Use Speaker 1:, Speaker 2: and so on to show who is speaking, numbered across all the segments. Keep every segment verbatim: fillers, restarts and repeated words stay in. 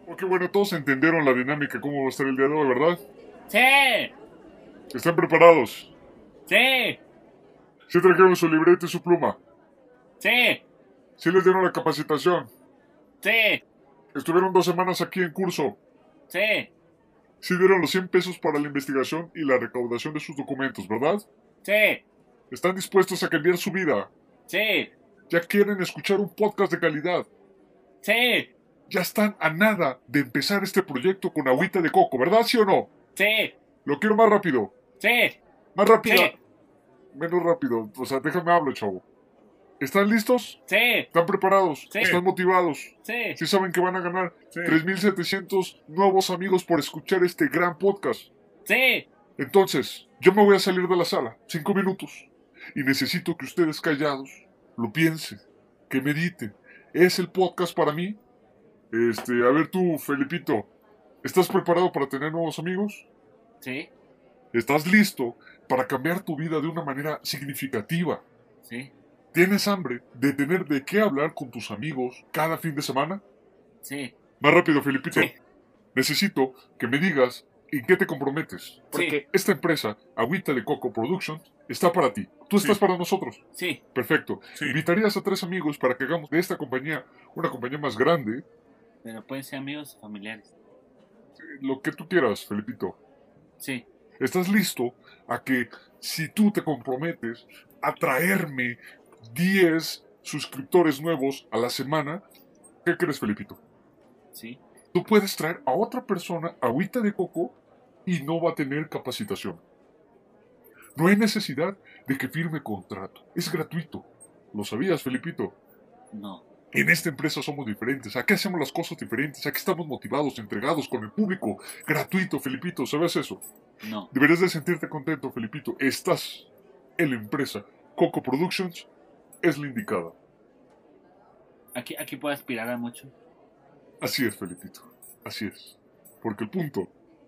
Speaker 1: Ok, bueno, todos entendieron la dinámica, cómo va a estar el día de hoy, ¿verdad?
Speaker 2: ¡Sí!
Speaker 1: ¿Están preparados?
Speaker 2: ¡Sí!
Speaker 1: ¿Sí trajeron su libreta y su pluma?
Speaker 2: ¡Sí!
Speaker 1: ¿Sí les dieron la capacitación?
Speaker 2: ¡Sí!
Speaker 1: ¿Estuvieron dos semanas aquí en curso?
Speaker 2: ¡Sí!
Speaker 1: ¿Sí dieron los cien pesos para la investigación y la recaudación de sus documentos, verdad?
Speaker 2: ¡Sí!
Speaker 1: ¿Están dispuestos a cambiar su vida?
Speaker 2: ¡Sí!
Speaker 1: ¿Ya quieren escuchar un podcast de calidad?
Speaker 2: ¡Sí!
Speaker 1: Ya están a nada de empezar este proyecto con agüita de coco, ¿verdad, sí o no?
Speaker 2: ¡Sí!
Speaker 1: Lo quiero más rápido.
Speaker 2: ¡Sí!
Speaker 1: Más rápido.
Speaker 2: Sí.
Speaker 1: Menos rápido. O sea, déjame hablar, chavo. ¿Están listos?
Speaker 2: ¡Sí!
Speaker 1: ¿Están preparados?
Speaker 2: Sí.
Speaker 1: ¿Están motivados?
Speaker 2: ¡Sí!
Speaker 1: ¿Sí saben que van a ganar
Speaker 2: Sí.
Speaker 1: tres mil setecientos nuevos amigos por escuchar este gran podcast?
Speaker 2: ¡Sí!
Speaker 1: Entonces, yo me voy a salir de la sala. Cinco minutos. Y necesito que ustedes callados lo piensen. Que mediten. ¿Es el podcast para mí? Este, a ver tú, Felipito. ¿Estás preparado para tener nuevos amigos?
Speaker 2: Sí.
Speaker 1: ¿Estás listo para cambiar tu vida de una manera significativa?
Speaker 2: Sí.
Speaker 1: ¿Tienes hambre de tener de qué hablar con tus amigos cada fin de semana?
Speaker 2: Sí.
Speaker 1: Más rápido, Felipito.
Speaker 2: Sí.
Speaker 1: Necesito que me digas en qué te comprometes. Porque
Speaker 2: Sí.
Speaker 1: esta empresa, Agüita de Coco Productions, está para ti. Tú estás
Speaker 2: Sí.
Speaker 1: para nosotros.
Speaker 2: Sí.
Speaker 1: Perfecto.
Speaker 2: Sí.
Speaker 1: ¿Invitarías a tres amigos para que hagamos de esta compañía una compañía más grande?
Speaker 2: Pero pueden ser amigos o familiares.
Speaker 1: Lo que tú quieras, Felipito.
Speaker 2: Sí.
Speaker 1: ¿Estás listo a que si tú te comprometes a traerme diez suscriptores nuevos a la semana, ¿qué crees, Felipito?
Speaker 2: Sí.
Speaker 1: Tú puedes traer a otra persona agüita de coco y no va a tener capacitación. No hay necesidad de que firme contrato. Es gratuito. ¿Lo sabías, Felipito?
Speaker 2: No.
Speaker 1: En esta empresa somos diferentes. Aquí hacemos las cosas diferentes. Aquí estamos motivados, entregados con el público. Gratuito, Felipito. ¿Sabes eso?
Speaker 2: No.
Speaker 1: Deberías de sentirte contento, Felipito. Estás en la empresa. Coco Productions es la indicada.
Speaker 2: Aquí, aquí puedo aspirar a mucho.
Speaker 1: Así es, Felipito. Así es. Porque el punto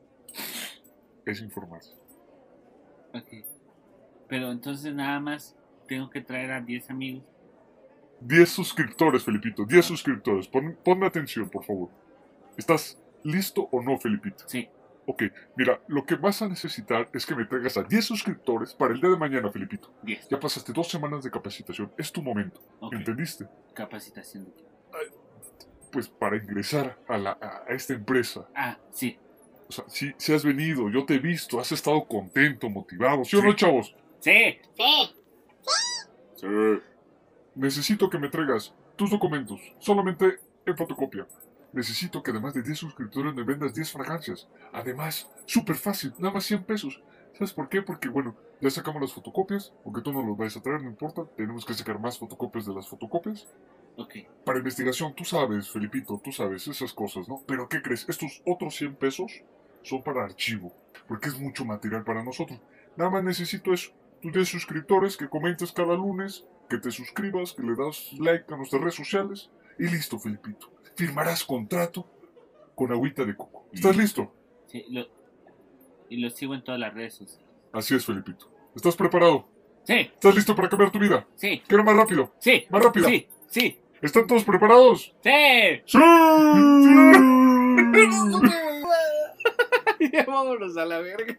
Speaker 1: es informarse.
Speaker 2: Ok. Pero entonces nada más tengo que traer a diez amigos.
Speaker 1: diez suscriptores, Felipito. diez suscriptores. Pon, ponme atención, por favor. ¿Estás listo o no, Felipito?
Speaker 2: Sí.
Speaker 1: Ok, mira, lo que vas a necesitar es que me traigas a diez suscriptores para el día de mañana, Felipito.
Speaker 2: diez.
Speaker 1: Ya pasaste dos semanas de capacitación. Es tu momento.
Speaker 2: Ok.
Speaker 1: ¿Entendiste?
Speaker 2: Capacitación de qué.
Speaker 1: Pues para ingresar a, la, a esta empresa.
Speaker 2: Ah, sí.
Speaker 1: O sea, si, si has venido, yo te he visto, has estado contento, motivado. ¿Sí o
Speaker 2: Sí.
Speaker 1: no, chavos?
Speaker 2: Sí.
Speaker 3: Sí.
Speaker 1: Sí. Necesito que me traigas tus documentos, solamente en fotocopia. Necesito que además de diez suscriptores me vendas diez fragancias. Además, súper fácil, nada más cien pesos. ¿Sabes por qué? Porque, bueno, ya sacamos las fotocopias, aunque tú no los vayas a traer, no importa. Tenemos que sacar más fotocopias de las fotocopias.
Speaker 2: Ok.
Speaker 1: Para investigación, tú sabes, Felipito, tú sabes esas cosas, ¿no? Pero ¿qué crees? Estos otros cien pesos son para archivo, porque es mucho material para nosotros. Nada más necesito eso. Tú tienes suscriptores, que comentes cada lunes, que te suscribas, que le das like a nuestras redes sociales, y listo, Felipito. Firmarás contrato con agüita de coco. ¿Estás listo?
Speaker 2: Sí. Lo, y lo sigo en todas las redes sociales.
Speaker 1: Así es, Felipito. ¿Estás preparado?
Speaker 2: Sí.
Speaker 1: ¿Estás listo para cambiar tu vida?
Speaker 2: Sí.
Speaker 1: Quiero más rápido.
Speaker 2: Sí.
Speaker 1: Más rápido.
Speaker 2: Sí. Sí.
Speaker 1: ¿Están todos preparados?
Speaker 2: Sí.
Speaker 1: ¡Sí!
Speaker 2: Ya vámonos a la verga.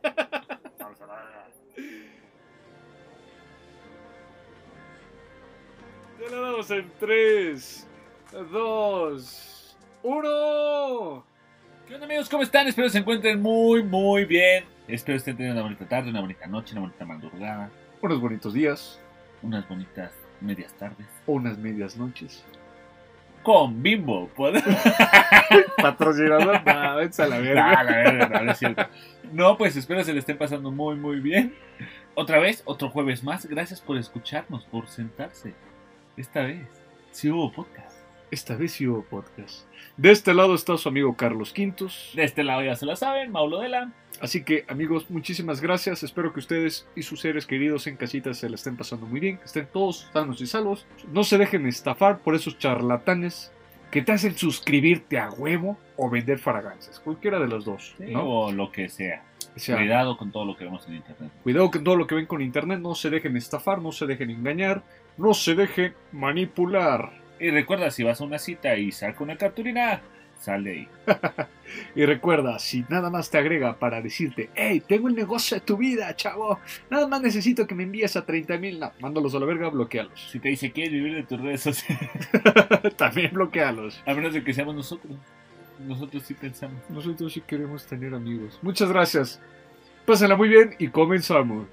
Speaker 2: Ya le damos en tres, dos, uno. ¿Qué onda, amigos? ¿Cómo están? Espero se encuentren muy, muy bien. Espero estén teniendo una bonita tarde, una bonita noche, una bonita madrugada,
Speaker 4: Unos bonitos días
Speaker 2: unas bonitas medias tardes.
Speaker 4: o unas medias noches.
Speaker 2: Con Bimbo, ¿puedo?
Speaker 4: Patrocinador, no, vete a la verga.
Speaker 2: Ah, la verga, no, no es cierto. No, pues espero se le estén pasando muy, muy bien. Otra vez, otro jueves más. Gracias por escucharnos, por sentarse. Esta vez, sí hubo podcast.
Speaker 4: Esta vez sí hubo podcast. De este lado está su amigo Carlos Quintos.
Speaker 2: De este lado ya se la saben, Maulo Dela.
Speaker 4: Así que, amigos, muchísimas gracias. Espero que ustedes y sus seres queridos en casita se la estén pasando muy bien, que estén todos sanos y salvos. No se dejen estafar por esos charlatanes que te hacen suscribirte a huevo o vender fragancias. Cualquiera de los dos,
Speaker 2: Sí,
Speaker 4: ¿no?
Speaker 2: o lo que sea.
Speaker 4: O sea,
Speaker 2: Cuidado con todo lo que vemos en internet.
Speaker 4: Cuidado con todo lo que ven con internet, no se dejen estafar, no se dejen engañar, no se dejen manipular.
Speaker 2: Y recuerda, si vas a una cita y saca una capturina, sale ahí.
Speaker 4: Y recuerda, si nada más te agrega para decirte, hey, tengo el negocio de tu vida, chavo, nada más necesito que me envíes a treinta mil, no, mándalos a la verga, bloquealos.
Speaker 2: Si te dice, ¿quieres vivir de tus redes sociales?
Speaker 4: También bloquealos.
Speaker 2: A menos de que seamos nosotros. Nosotros sí pensamos.
Speaker 4: Nosotros sí queremos tener amigos. Muchas gracias. Pásenla muy bien y comenzamos.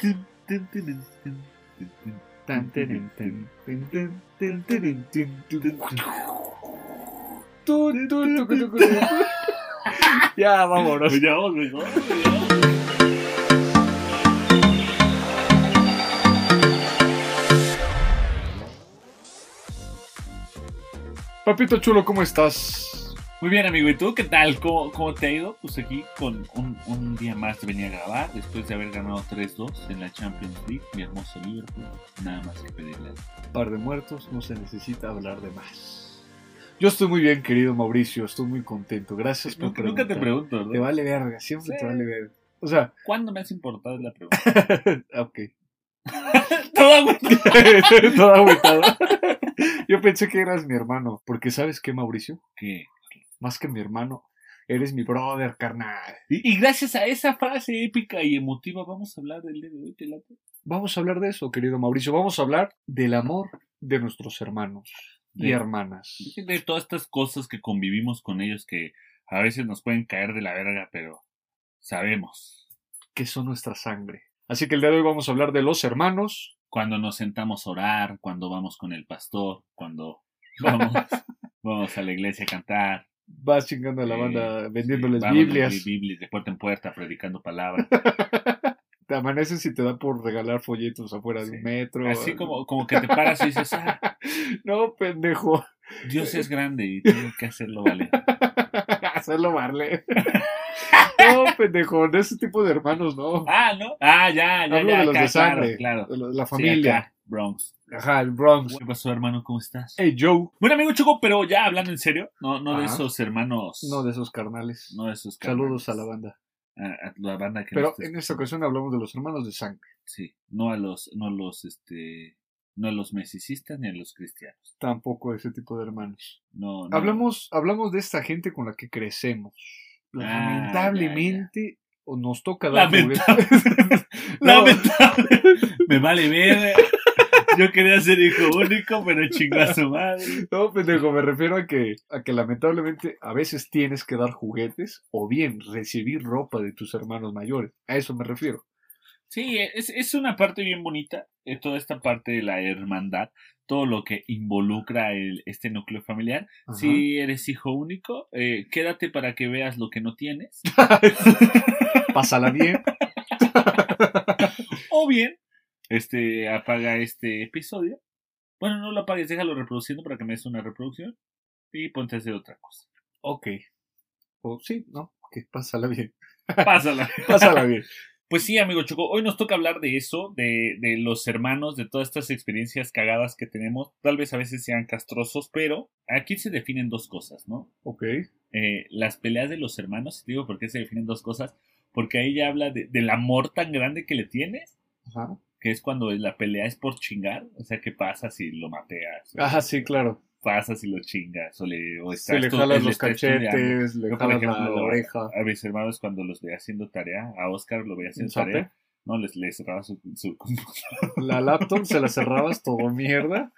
Speaker 4: Ya, vámonos.
Speaker 2: Ya, vamos, mejor, ya.
Speaker 4: Papito chulo, ¿cómo estás?
Speaker 2: Muy bien, amigo. ¿Y tú qué tal? ¿Cómo, cómo te ha ido? Pues aquí con un, un día más de venir a grabar después de haber ganado tres dos en la Champions League. Mi hermoso Liverpool. Nada más que pedirle.
Speaker 4: Par de muertos, no se necesita hablar de más. Yo estoy muy bien, querido Mauricio. Estoy muy contento. Gracias por
Speaker 2: Nunca, nunca te
Speaker 4: preguntar.
Speaker 2: pregunto, ¿no?
Speaker 4: Te vale verga, siempre
Speaker 2: Sí.
Speaker 4: te vale verga. O sea,
Speaker 2: ¿Cuándo me has importado? Es la pregunta.
Speaker 4: ok.
Speaker 2: Todo bueno.
Speaker 4: Todo agüitado. Yo pensé que eras mi hermano. Porque ¿sabes qué, Mauricio?
Speaker 2: ¿Qué?
Speaker 4: Más que mi hermano, eres mi brother, carnal.
Speaker 2: Y, y gracias a esa frase épica y emotiva vamos a hablar del día de hoy, ¿te late?
Speaker 4: Vamos a hablar de eso, querido Mauricio. Vamos a hablar del amor de nuestros hermanos y
Speaker 2: De-
Speaker 4: hermanas.
Speaker 2: De todas estas cosas que convivimos con ellos que a veces nos pueden caer de la verga, pero sabemos.
Speaker 4: Que son nuestra sangre. Así que el día de hoy vamos a hablar de los hermanos.
Speaker 2: Cuando nos sentamos a orar, cuando vamos con el pastor, cuando vamos, vamos a la iglesia a cantar.
Speaker 4: Vas chingando a la
Speaker 2: eh,
Speaker 4: banda vendiéndoles
Speaker 2: sí, vamos de-
Speaker 4: Biblias.
Speaker 2: de Biblias de puerta en puerta, predicando palabras.
Speaker 4: Te amaneces y te da por regalar folletos afuera
Speaker 2: Sí.
Speaker 4: de un metro.
Speaker 2: Así como, como que te paras y dices, ah,
Speaker 4: No, pendejo.
Speaker 2: Dios es grande y tengo que hacerlo valer.
Speaker 4: Hacerlo Marley. No, pendejo. De ese tipo de hermanos, no.
Speaker 2: Ah, ¿no? Ah, ya, ya,
Speaker 4: Hablo
Speaker 2: ya.
Speaker 4: de los
Speaker 2: acá,
Speaker 4: de sangre.
Speaker 2: Claro, claro.
Speaker 4: De los- la
Speaker 2: Sí,
Speaker 4: familia.
Speaker 2: acá, Bronx.
Speaker 4: Ajá, el Bronx.
Speaker 2: ¿Qué pasó, hermano? ¿Cómo estás?
Speaker 4: Hey, Joe.
Speaker 2: Bueno, amigo Choco, pero ya hablando en serio, no, no de
Speaker 4: Ajá.
Speaker 2: esos hermanos.
Speaker 4: No de esos carnales.
Speaker 2: no de esos
Speaker 4: Saludos
Speaker 2: carnales.
Speaker 4: a la banda.
Speaker 2: A, a la banda que
Speaker 4: Pero
Speaker 2: nos está
Speaker 4: en esta
Speaker 2: escuchando.
Speaker 4: ocasión hablamos de los hermanos de sangre.
Speaker 2: Sí, no a los, no a los, este, no a los mesicistas ni a los cristianos.
Speaker 4: Tampoco ese tipo de hermanos.
Speaker 2: No, no.
Speaker 4: Hablamos, hablamos de esta gente con la que crecemos.
Speaker 2: Ah,
Speaker 4: Lamentablemente o nos toca dar
Speaker 2: Lamentable.
Speaker 4: juguetes. No,
Speaker 2: Lamentable. Me vale ver. Yo quería ser hijo único, pero chingó a su madre.
Speaker 4: no, pendejo, me refiero a que, a que lamentablemente a veces tienes que dar juguetes o bien recibir ropa de tus hermanos mayores. A eso me refiero.
Speaker 2: Sí, es, es una parte bien bonita, eh, toda esta parte de la hermandad, todo lo que involucra el, este núcleo familiar.
Speaker 4: Ajá.
Speaker 2: Si eres hijo único, eh, quédate para que veas lo que no tienes.
Speaker 4: Pásala bien.
Speaker 2: O bien, este, apaga este episodio. Bueno, no lo apagues, déjalo reproduciendo para que me des una reproducción. Y ponte a hacer otra cosa.
Speaker 4: Ok. O sí, no. Ok, pásala bien.
Speaker 2: Pásala.
Speaker 4: Pásala bien.
Speaker 2: Pues sí, amigo Choco, hoy nos toca hablar de eso, de, de los hermanos, de todas estas experiencias cagadas que tenemos. Tal vez a veces sean castrosos, pero aquí se definen dos cosas, ¿no?
Speaker 4: Ok.
Speaker 2: Eh, las peleas de los hermanos, te digo por qué se definen dos cosas, porque ahí ya habla de, del amor tan grande que le tienes,
Speaker 4: Ajá.
Speaker 2: que es cuando la pelea es por chingar, o sea, ¿qué pasa si lo mateas?
Speaker 4: Ah, sí, claro.
Speaker 2: Pasa si lo chingas, o le, o
Speaker 4: Se le
Speaker 2: estu-
Speaker 4: jalas
Speaker 2: él
Speaker 4: los
Speaker 2: está estudiando.
Speaker 4: cachetes, le
Speaker 2: Yo, por
Speaker 4: jalas la,
Speaker 2: ejemplo,
Speaker 4: la oreja.
Speaker 2: A mis hermanos cuando los veía haciendo tarea, a Oscar lo veía haciendo
Speaker 4: ¿Un zape?
Speaker 2: tarea, no, les, les cerraba su, su computadora.
Speaker 4: La laptop se la cerrabas todo mierda.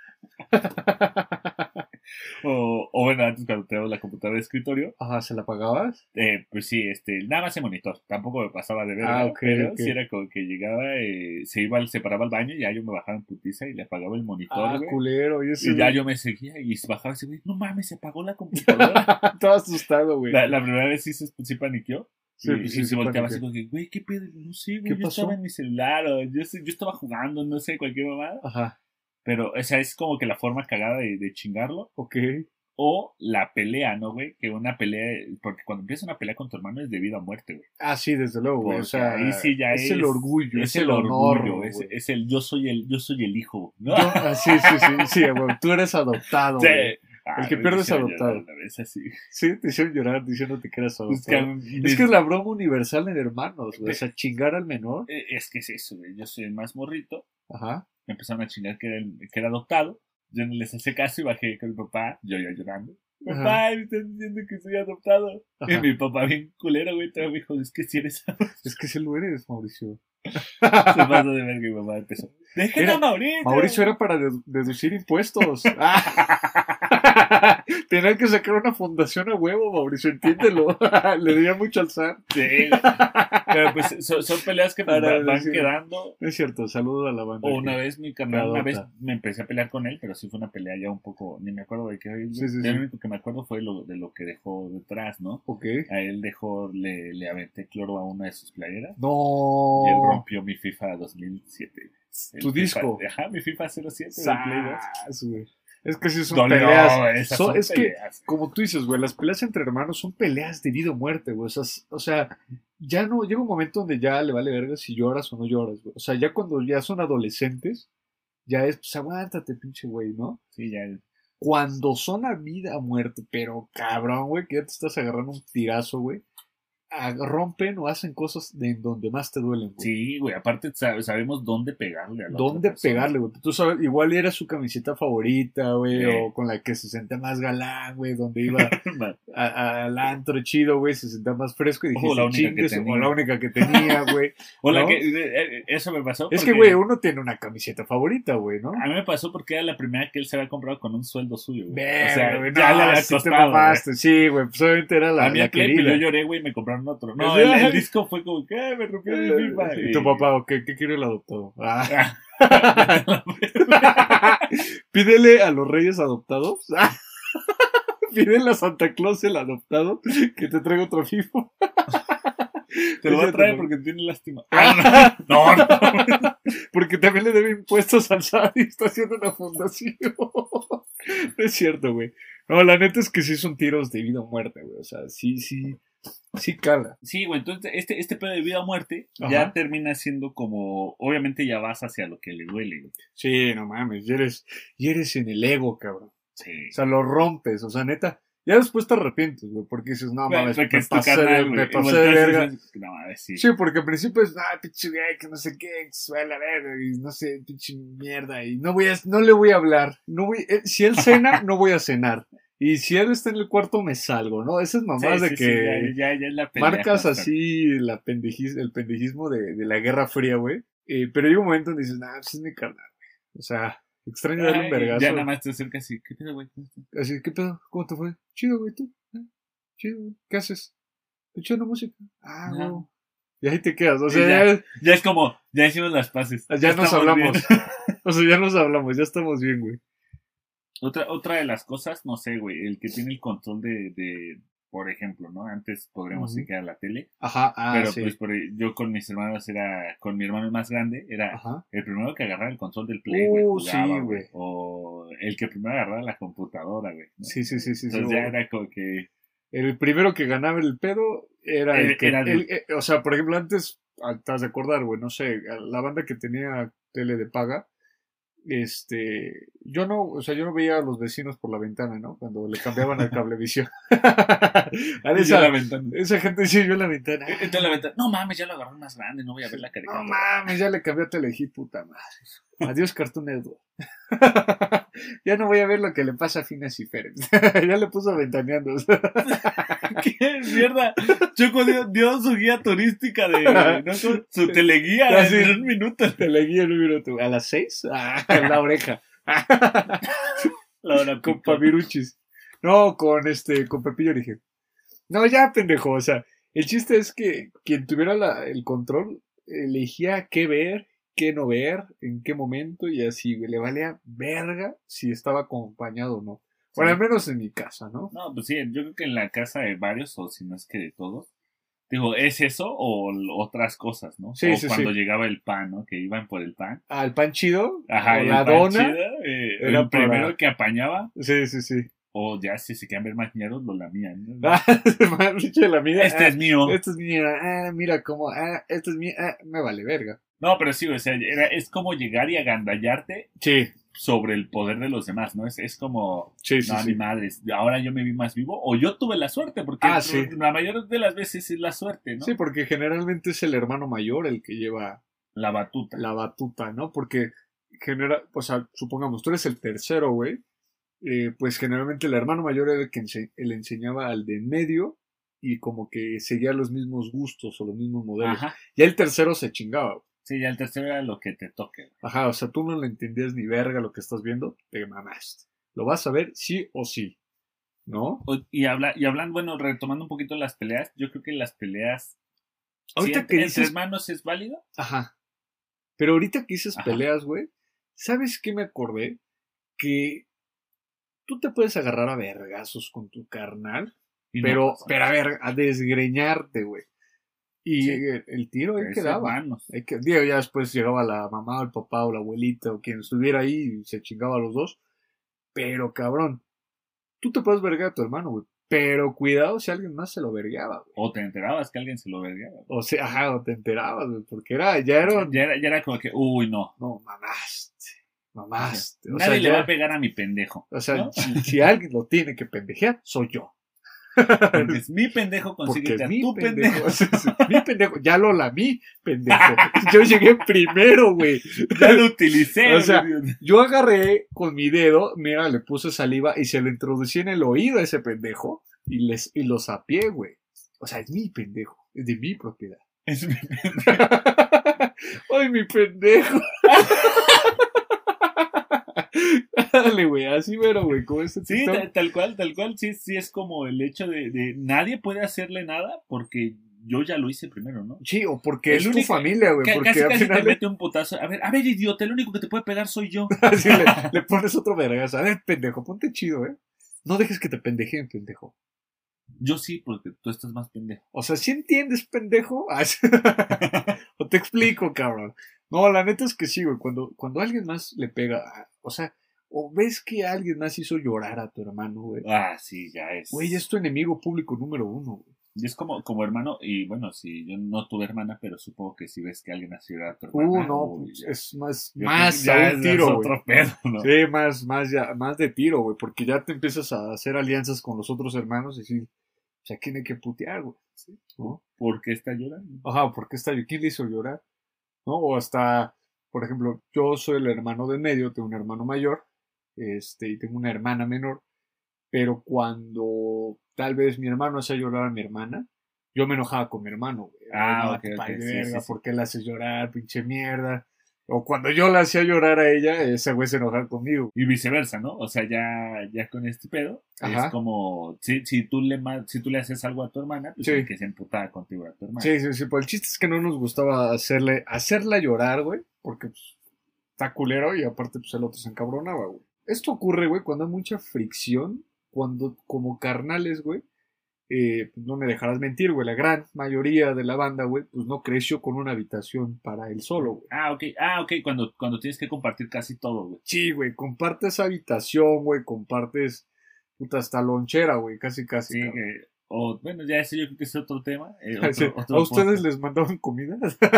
Speaker 2: o, o bueno, antes cuando teníamos la computadora de escritorio,
Speaker 4: Ajá, ¿se la pagabas?
Speaker 2: eh, pues sí, este, nada más en monitor, tampoco me pasaba de ver,
Speaker 4: Ah, ok,
Speaker 2: pero
Speaker 4: ok.
Speaker 2: sí era como que llegaba, eh, se iba, se paraba al baño y ya yo me bajaba en putiza y le apagaba el monitor,
Speaker 4: Ah,
Speaker 2: güey.
Speaker 4: culero. Yo sí,
Speaker 2: Y ya yo me seguía y bajaba ese güey, no mames, se apagó la computadora.
Speaker 4: Todo asustado, güey.
Speaker 2: la, la primera vez sí se sí paniqueó.
Speaker 4: Sí,
Speaker 2: y,
Speaker 4: pues
Speaker 2: y
Speaker 4: sí,
Speaker 2: se
Speaker 4: sí
Speaker 2: volteaba
Speaker 4: paniqué.
Speaker 2: así como que, güey, ¿qué pedo? No sé, güey,
Speaker 4: ¿Qué
Speaker 2: yo
Speaker 4: pasó?
Speaker 2: estaba en mi celular o yo, sé- yo estaba jugando, no sé, cualquier mamada.
Speaker 4: Ajá,
Speaker 2: Pero, o sea, es como que la forma cagada de, de chingarlo.
Speaker 4: ok.
Speaker 2: O la pelea, ¿no, güey? Que una pelea, porque cuando empieza una pelea con tu hermano es de vida o muerte, güey.
Speaker 4: Ah, sí, desde luego, güey. O
Speaker 2: Porque
Speaker 4: sea,
Speaker 2: ahí sí ya
Speaker 4: es,
Speaker 2: es,
Speaker 4: el orgullo, es,
Speaker 2: es
Speaker 4: el honor,
Speaker 2: orgullo,
Speaker 4: güey.
Speaker 2: es, es el yo soy el, yo soy el hijo, ¿no?
Speaker 4: Yo- ah, sí, sí, sí, sí, güey. Tú eres adoptado,
Speaker 2: Sí.
Speaker 4: güey.
Speaker 2: Ah,
Speaker 4: El que
Speaker 2: me
Speaker 4: pierde es
Speaker 2: hicieron
Speaker 4: adoptado.
Speaker 2: llorar una vez así.
Speaker 4: Sí, te hicieron llorar diciéndote que eras
Speaker 2: Pues que a
Speaker 4: adoptado.
Speaker 2: mí-
Speaker 4: Es que es la broma universal en hermanos, güey. O sea, chingar al menor.
Speaker 2: Eh, Es que es eso, güey. Yo soy el más morrito.
Speaker 4: Ajá.
Speaker 2: Me empezaron a chingar que era, el- que era adoptado. Yo no les hice caso y bajé con mi papá, yo ya llorando. papá, me están diciendo que soy adoptado.
Speaker 4: Ajá.
Speaker 2: Y mi papá bien culero, güey, todavía me dijo, es que si eres adoptado.
Speaker 4: Es que sí lo eres, Mauricio.
Speaker 2: Se pasó de ver que mi mamá empezó. ¡Dejen
Speaker 4: Era-
Speaker 2: a Mauricio!
Speaker 4: Mauricio era para dedu- deducir impuestos. Tenía que sacar una fundación a huevo, Mauricio, entiéndelo. Le debía mucho al S A T.
Speaker 2: Sí, güey. Pero pues son, son peleas que pues,
Speaker 4: Para
Speaker 2: va- van
Speaker 4: decir-
Speaker 2: quedando.
Speaker 4: Es cierto, saludo a la banda.
Speaker 2: O una
Speaker 4: que-
Speaker 2: vez mi carnal, una
Speaker 4: adopta.
Speaker 2: vez me empecé a pelear con él, pero sí fue una pelea ya un poco, ni me acuerdo de qué. güey.
Speaker 4: Sí, sí,
Speaker 2: Yo
Speaker 4: sí.
Speaker 2: Lo único que me acuerdo fue lo, de lo que dejó detrás, ¿no?
Speaker 4: Ok.
Speaker 2: A él dejó, le, le aventé cloro a una de sus playeras.
Speaker 4: No.
Speaker 2: Y él rompió mi FIFA dos mil siete. El
Speaker 4: Tu
Speaker 2: FIFA-
Speaker 4: disco.
Speaker 2: Ajá, mi FIFA cero siete del Play dos.
Speaker 4: Sas, güey. Es que sí son
Speaker 2: Dolió,
Speaker 4: peleas.
Speaker 2: esas
Speaker 4: Son-
Speaker 2: son
Speaker 4: es que,
Speaker 2: peleas.
Speaker 4: como tú dices, güey, las peleas entre hermanos son peleas de vida o muerte, güey. O sea, s- o sea, ya no, llega un momento donde ya le vale verga si lloras o no lloras, güey. O sea, ya cuando ya son adolescentes, ya es, pues aguántate, pinche güey, ¿no?
Speaker 2: Sí, ya.
Speaker 4: Cuando son a vida o muerte, pero cabrón, güey, que ya te estás agarrando un tirazo, güey. a- rompen o hacen cosas de en donde más te duelen, güey.
Speaker 2: Sí, güey, aparte sabe- sabemos dónde pegarle a la
Speaker 4: ¿Dónde
Speaker 2: otra persona.
Speaker 4: pegarle, güey? Tú sabes, igual era su camiseta favorita, güey,
Speaker 2: Sí.
Speaker 4: o con la que se sentía más galán, güey, donde iba a- a- al antro chido, güey, se sentía más fresco y
Speaker 2: O
Speaker 4: dijiste,
Speaker 2: la única que
Speaker 4: "Chingues",
Speaker 2: tenía.
Speaker 4: o la única que tenía, güey.
Speaker 2: O la
Speaker 4: ¿no?
Speaker 2: que, eh, eh, eso me pasó.
Speaker 4: Es que,
Speaker 2: porque
Speaker 4: güey, uno tiene una camiseta favorita, güey, ¿no?
Speaker 2: A mí me pasó porque era la primera que él se había comprado con un sueldo suyo, güey.
Speaker 4: Verga,
Speaker 2: o sea,
Speaker 4: güey,
Speaker 2: ya
Speaker 4: no,
Speaker 2: le había
Speaker 4: sí te
Speaker 2: costado, güey.
Speaker 4: mamaste. Sí, güey, pues obviamente era la,
Speaker 2: A mí
Speaker 4: la
Speaker 2: el Play, pues,
Speaker 4: querida.
Speaker 2: yo lloré, güey, y me compraron otro. No,
Speaker 4: Sí.
Speaker 2: el, el disco fue como que, "Ay, me rompió mi FIFA".
Speaker 4: Y tu papá, ¿o qué, qué quiere el adoptado? Ah. Pídele a los reyes adoptados. Pídele a Santa Claus el adoptado que te traiga otro FIFA.
Speaker 2: Te lo voy a
Speaker 4: Fíjate,
Speaker 2: traer
Speaker 4: güey.
Speaker 2: porque tiene lástima. Ah, no, no, no.
Speaker 4: Porque también le debe impuestos al S A T y está haciendo una fundación. No es cierto, güey. No, la neta es que sí son tiros de vida o muerte, güey. O sea, sí, sí, sí cala.
Speaker 2: Sí, güey, entonces este, este pedo de vida o muerte
Speaker 4: Ajá.
Speaker 2: ya termina siendo como, obviamente ya vas hacia lo que le duele, güey.
Speaker 4: Sí, no mames, y eres, y eres en el ego, cabrón.
Speaker 2: Sí.
Speaker 4: O sea, lo rompes, o sea, neta. Ya después te arrepientes, güey, porque dices, no mames,
Speaker 2: Porque
Speaker 4: me
Speaker 2: es tu
Speaker 4: pasé,
Speaker 2: carnal,
Speaker 4: de,
Speaker 2: güey.
Speaker 4: me
Speaker 2: Y
Speaker 4: pasé de
Speaker 2: volteas y
Speaker 4: verga.
Speaker 2: dices, no, mames, sí.
Speaker 4: Sí, porque al principio es, ah, pinche güey, que no sé qué, que suele verga, y no sé, pinche mierda, y no voy a, no le voy a hablar. No voy, eh, si él cena, no voy a cenar. Y si él está en el cuarto, me salgo, ¿no? Esas mamás
Speaker 2: Sí,
Speaker 4: de
Speaker 2: sí,
Speaker 4: que
Speaker 2: sí, ya, ya, ya es la pelea
Speaker 4: marcas
Speaker 2: constante.
Speaker 4: así la pendejis, el pendejismo de, de la Guerra Fría, güey. Eh, pero hay un momento donde dices, nah, pues es mi carnal, güey. O sea, extraño darle un
Speaker 2: Ay,
Speaker 4: vergazo.
Speaker 2: ya nada más te acercas y, ¿qué pedo, güey?
Speaker 4: Así, ¿qué pedo? ¿Cómo te fue? Chido, güey, tú. ¿Eh? Chido, güey. ¿Qué haces? Escuchando música. Ah,
Speaker 2: Ajá.
Speaker 4: güey. Y ahí te quedas. O
Speaker 2: Y
Speaker 4: sea,
Speaker 2: ya.
Speaker 4: ya,
Speaker 2: Ya es como, ya hicimos las paces.
Speaker 4: ya nos
Speaker 2: estamos
Speaker 4: hablamos.
Speaker 2: bien.
Speaker 4: O sea, ya nos hablamos, ya estamos bien, güey.
Speaker 2: Otra, otra de las cosas, no sé, güey, el que tiene el control de, de por ejemplo, ¿no? Antes podríamos
Speaker 4: Ujú.
Speaker 2: decir que era la tele,
Speaker 4: Ajá, ah,
Speaker 2: pero
Speaker 4: sí.
Speaker 2: pues por, yo con mis hermanos era, con mi hermano más grande, era
Speaker 4: Ajá.
Speaker 2: el primero que agarraba el control del Play, güey,
Speaker 4: Uh,
Speaker 2: jugaba,
Speaker 4: sí,
Speaker 2: güey.
Speaker 4: güey.
Speaker 2: O el que primero agarraba la computadora, güey. ¿no?
Speaker 4: Sí, sí, sí, sí. sí,
Speaker 2: Entonces ya
Speaker 4: güey.
Speaker 2: era como que,
Speaker 4: El primero que ganaba el pedo era el
Speaker 2: Era-
Speaker 4: que.
Speaker 2: era
Speaker 4: el- eh, o sea, por ejemplo, antes, ah, te has de acordar, güey, no sé, la banda que tenía tele de paga. Este, yo no, o sea, yo no veía a los vecinos por la ventana, ¿no? Cuando le cambiaban al cablevisión. A
Speaker 2: y yo
Speaker 4: esa,
Speaker 2: la ventana.
Speaker 4: esa gente sí vio la ventana.
Speaker 2: Entonces la ventana, no mames, ya lo agarró más grande, no voy a ver la
Speaker 4: No
Speaker 2: caricatura.
Speaker 4: mames, ya le cambió a Telehit, puta madre. Adiós, Cartoon Network. Ya no voy a ver lo que le pasa a Phineas y Ferb. Ya le puso ventaneando.
Speaker 2: ¿Qué mierda? Choco dio, dio su guía turística de, ¿no? Su, su teleguía
Speaker 4: Ah, sí.
Speaker 2: en un minuto.
Speaker 4: Te le guía el minuto. ¿A las seis? Ah, en la oreja.
Speaker 2: La hora
Speaker 4: Con
Speaker 2: pico.
Speaker 4: Paviruchis. No, con este, con Pepillo dije. No, ya, pendejo. O sea, el chiste es que quien tuviera la- el control elegía qué ver, qué no ver, en qué momento, y así, güey. Le valía verga si estaba acompañado o no. Bueno,
Speaker 2: Sí.
Speaker 4: al menos en mi casa, ¿no?
Speaker 2: No, pues sí, yo creo que en la casa de varios, o si no es que de todos, digo, ¿es eso o l- otras cosas, no?
Speaker 4: Sí,
Speaker 2: o
Speaker 4: sí,
Speaker 2: cuando
Speaker 4: sí.
Speaker 2: llegaba el pan, ¿no? Que iban por el pan.
Speaker 4: Al pan chido,
Speaker 2: Ajá,
Speaker 4: o
Speaker 2: y
Speaker 4: la
Speaker 2: el pan
Speaker 4: dona.
Speaker 2: chido, eh,
Speaker 4: era
Speaker 2: el primero
Speaker 4: para-
Speaker 2: que apañaba,
Speaker 4: Sí, sí, sí.
Speaker 2: o ya si se quedan ver más ñeros, lo lamían, ¿no?
Speaker 4: Ah, pinche la mía.
Speaker 2: Este
Speaker 4: ah,
Speaker 2: es mío.
Speaker 4: Este es mío. Ah, mira cómo. Ah, este es mío. Ah, me vale verga.
Speaker 2: No, pero sí, o sea, era, es como llegar y agandallarte
Speaker 4: Sí,
Speaker 2: sobre el poder de los demás, ¿no? Es, es como,
Speaker 4: sí, sí.
Speaker 2: no,
Speaker 4: sí.
Speaker 2: mi madre, ahora yo me vi más vivo, o yo tuve la suerte, porque
Speaker 4: Ah, sí.
Speaker 2: la mayoría de las veces es la suerte, ¿no?
Speaker 4: Sí, porque generalmente es el hermano mayor el que lleva
Speaker 2: La batuta.
Speaker 4: la batuta, ¿no? Porque genera, o sea, supongamos, tú eres el tercero, güey, eh, pues generalmente el hermano mayor era el que ense- le enseñaba al de en medio y como que seguía los mismos gustos o los mismos modelos.
Speaker 2: Ajá.
Speaker 4: Ya el tercero se chingaba. Güey.
Speaker 2: Sí, ya el tercero era lo que te toque. Güey.
Speaker 4: Ajá, o sea, tú no le entendías ni verga lo que estás viendo, te mamaste. Lo vas a ver sí o sí, ¿no?
Speaker 2: O- Y, habla, y hablando, bueno, retomando un poquito las peleas, yo creo que las peleas
Speaker 4: Ahorita
Speaker 2: sí,
Speaker 4: que
Speaker 2: entre,
Speaker 4: dices-
Speaker 2: entre hermanos es válido.
Speaker 4: Ajá. Pero ahorita que dices
Speaker 2: Ajá.
Speaker 4: peleas, güey, ¿sabes qué me acordé? Que tú te puedes agarrar a vergazos con tu carnal,
Speaker 2: Y no
Speaker 4: pero,
Speaker 2: pasa
Speaker 4: pero a
Speaker 2: nada.
Speaker 4: ver, a desgreñarte, güey. Y
Speaker 2: Sí.
Speaker 4: el, el tiro ahí
Speaker 2: Es
Speaker 4: quedaba.
Speaker 2: hermanos.
Speaker 4: Hay que, digo, ya después llegaba la mamá o el papá o la abuelita o quien estuviera ahí y se chingaba a los dos. Pero cabrón, tú te puedes vergar a tu hermano, güey. Pero cuidado si alguien más se lo vergueaba, güey.
Speaker 2: O te enterabas que alguien se lo vergaba.
Speaker 4: O sea, ajá, o te enterabas, güey. Porque era, ya era.
Speaker 2: Ya era, ya era como que, uy, no.
Speaker 4: No, mamaste. Mamaste. O
Speaker 2: Nadie
Speaker 4: sea,
Speaker 2: le
Speaker 4: ya-
Speaker 2: va a pegar a mi pendejo.
Speaker 4: O sea,
Speaker 2: ¿no?
Speaker 4: si, si alguien lo tiene que pendejear, soy yo.
Speaker 2: Porque es mi pendejo,
Speaker 4: Porque
Speaker 2: consíguete a
Speaker 4: mi
Speaker 2: tu
Speaker 4: pendejo,
Speaker 2: pendejo.
Speaker 4: sí, sí, mi pendejo, ya lo lamí, pendejo. Yo llegué primero, güey.
Speaker 2: Ya lo utilicé.
Speaker 4: O sea,
Speaker 2: güey.
Speaker 4: Yo agarré con mi dedo, mira, le puse saliva y se lo introducí en el oído a ese pendejo y, les, y lo sapié, güey. O sea, es mi pendejo, es de mi propiedad.
Speaker 2: Es mi pendejo.
Speaker 4: ¡Ay, mi pendejo! Dale, güey, así mero, güey, como este
Speaker 2: Sí,
Speaker 4: TikTok.
Speaker 2: tal, tal cual, tal cual. Sí, sí, es como el hecho de, de nadie puede hacerle nada porque yo ya lo hice primero, ¿no?
Speaker 4: Sí, o porque
Speaker 2: El
Speaker 4: es
Speaker 2: único-
Speaker 4: tu familia, güey,
Speaker 2: Ca-
Speaker 4: porque
Speaker 2: casi
Speaker 4: al
Speaker 2: casi
Speaker 4: final
Speaker 2: te
Speaker 4: le,
Speaker 2: mete un putazo. A ver, a ver, idiota, el único que te puede pegar soy yo.
Speaker 4: así le, le pones otro vergas. A ver, pendejo, ponte chido, ¿eh? No dejes que te pendejeen, pendejo.
Speaker 2: Yo sí, porque tú estás más pendejo.
Speaker 4: O sea, ¿sí entiendes, pendejo? Ah, sí. O te explico, cabrón. No, la neta es que sí, güey. Cuando, cuando alguien más le pega, o sea, o ves que alguien más hizo llorar a tu hermano, güey.
Speaker 2: Ah, sí, ya es.
Speaker 4: Güey, es tu enemigo público número uno, güey.
Speaker 2: Y es como, como hermano, y bueno, si yo no tuve hermana, pero supongo que si ves que alguien hace llorar a tu hermana.
Speaker 4: Uh, no,
Speaker 2: uy,
Speaker 4: pues,
Speaker 2: ya.
Speaker 4: es más,
Speaker 2: Yo
Speaker 4: más
Speaker 2: creo que
Speaker 4: a
Speaker 2: ya
Speaker 4: un
Speaker 2: es
Speaker 4: tiro, güey.
Speaker 2: otro pedo, ¿no?
Speaker 4: Sí, más, más, ya, más de tiro, güey, porque ya te empiezas a hacer alianzas con los otros hermanos y decir, o sea, ¿quién hay que putear, güey? ¿No?
Speaker 2: ¿Por qué está llorando?
Speaker 4: Ajá, ¿por qué está yo? ¿Quién le hizo llorar? ¿No? O hasta, por ejemplo, yo soy el hermano de medio, tengo un hermano mayor, este, y tengo una hermana menor, pero cuando tal vez mi hermano hacía llorar a mi hermana, yo me enojaba con mi hermano, güey.
Speaker 2: Ah,
Speaker 4: No,
Speaker 2: ok,
Speaker 4: te
Speaker 2: ok,
Speaker 4: pases de
Speaker 2: sí,
Speaker 4: verga,
Speaker 2: sí, sí.
Speaker 4: ¿por qué la haces llorar, pinche mierda? O cuando yo la hacía llorar a ella, ese güey se enojaba conmigo.
Speaker 2: Y viceversa, ¿no? O sea, ya, ya con este pedo,
Speaker 4: Ajá.
Speaker 2: es como, si, si, tú le, ma- si tú le haces algo a tu hermana, pues
Speaker 4: Sí.
Speaker 2: el que se emputada contigo a tu hermana.
Speaker 4: Sí, sí, sí, pero el chiste es que no nos gustaba hacerle, hacerla llorar, güey, porque pues, está culero y aparte pues el otro se encabronaba, güey. Esto ocurre, güey, cuando hay mucha fricción, cuando como carnales, güey, eh, pues, no me dejarás mentir, güey, la gran mayoría de la banda, güey, pues no creció con una habitación para él solo, güey.
Speaker 2: Ah, ok, ah, ok, cuando, cuando tienes que compartir casi todo, güey.
Speaker 4: Sí, güey, compartes habitación, güey, compartes puta hasta lonchera, güey, casi, casi.
Speaker 2: Sí,
Speaker 4: cabrón.
Speaker 2: que- o, bueno, ya ese yo creo que es otro tema. eh,
Speaker 4: Ah, sí.
Speaker 2: otro- otro
Speaker 4: ¿A ustedes
Speaker 2: podcast.
Speaker 4: les mandaban comida?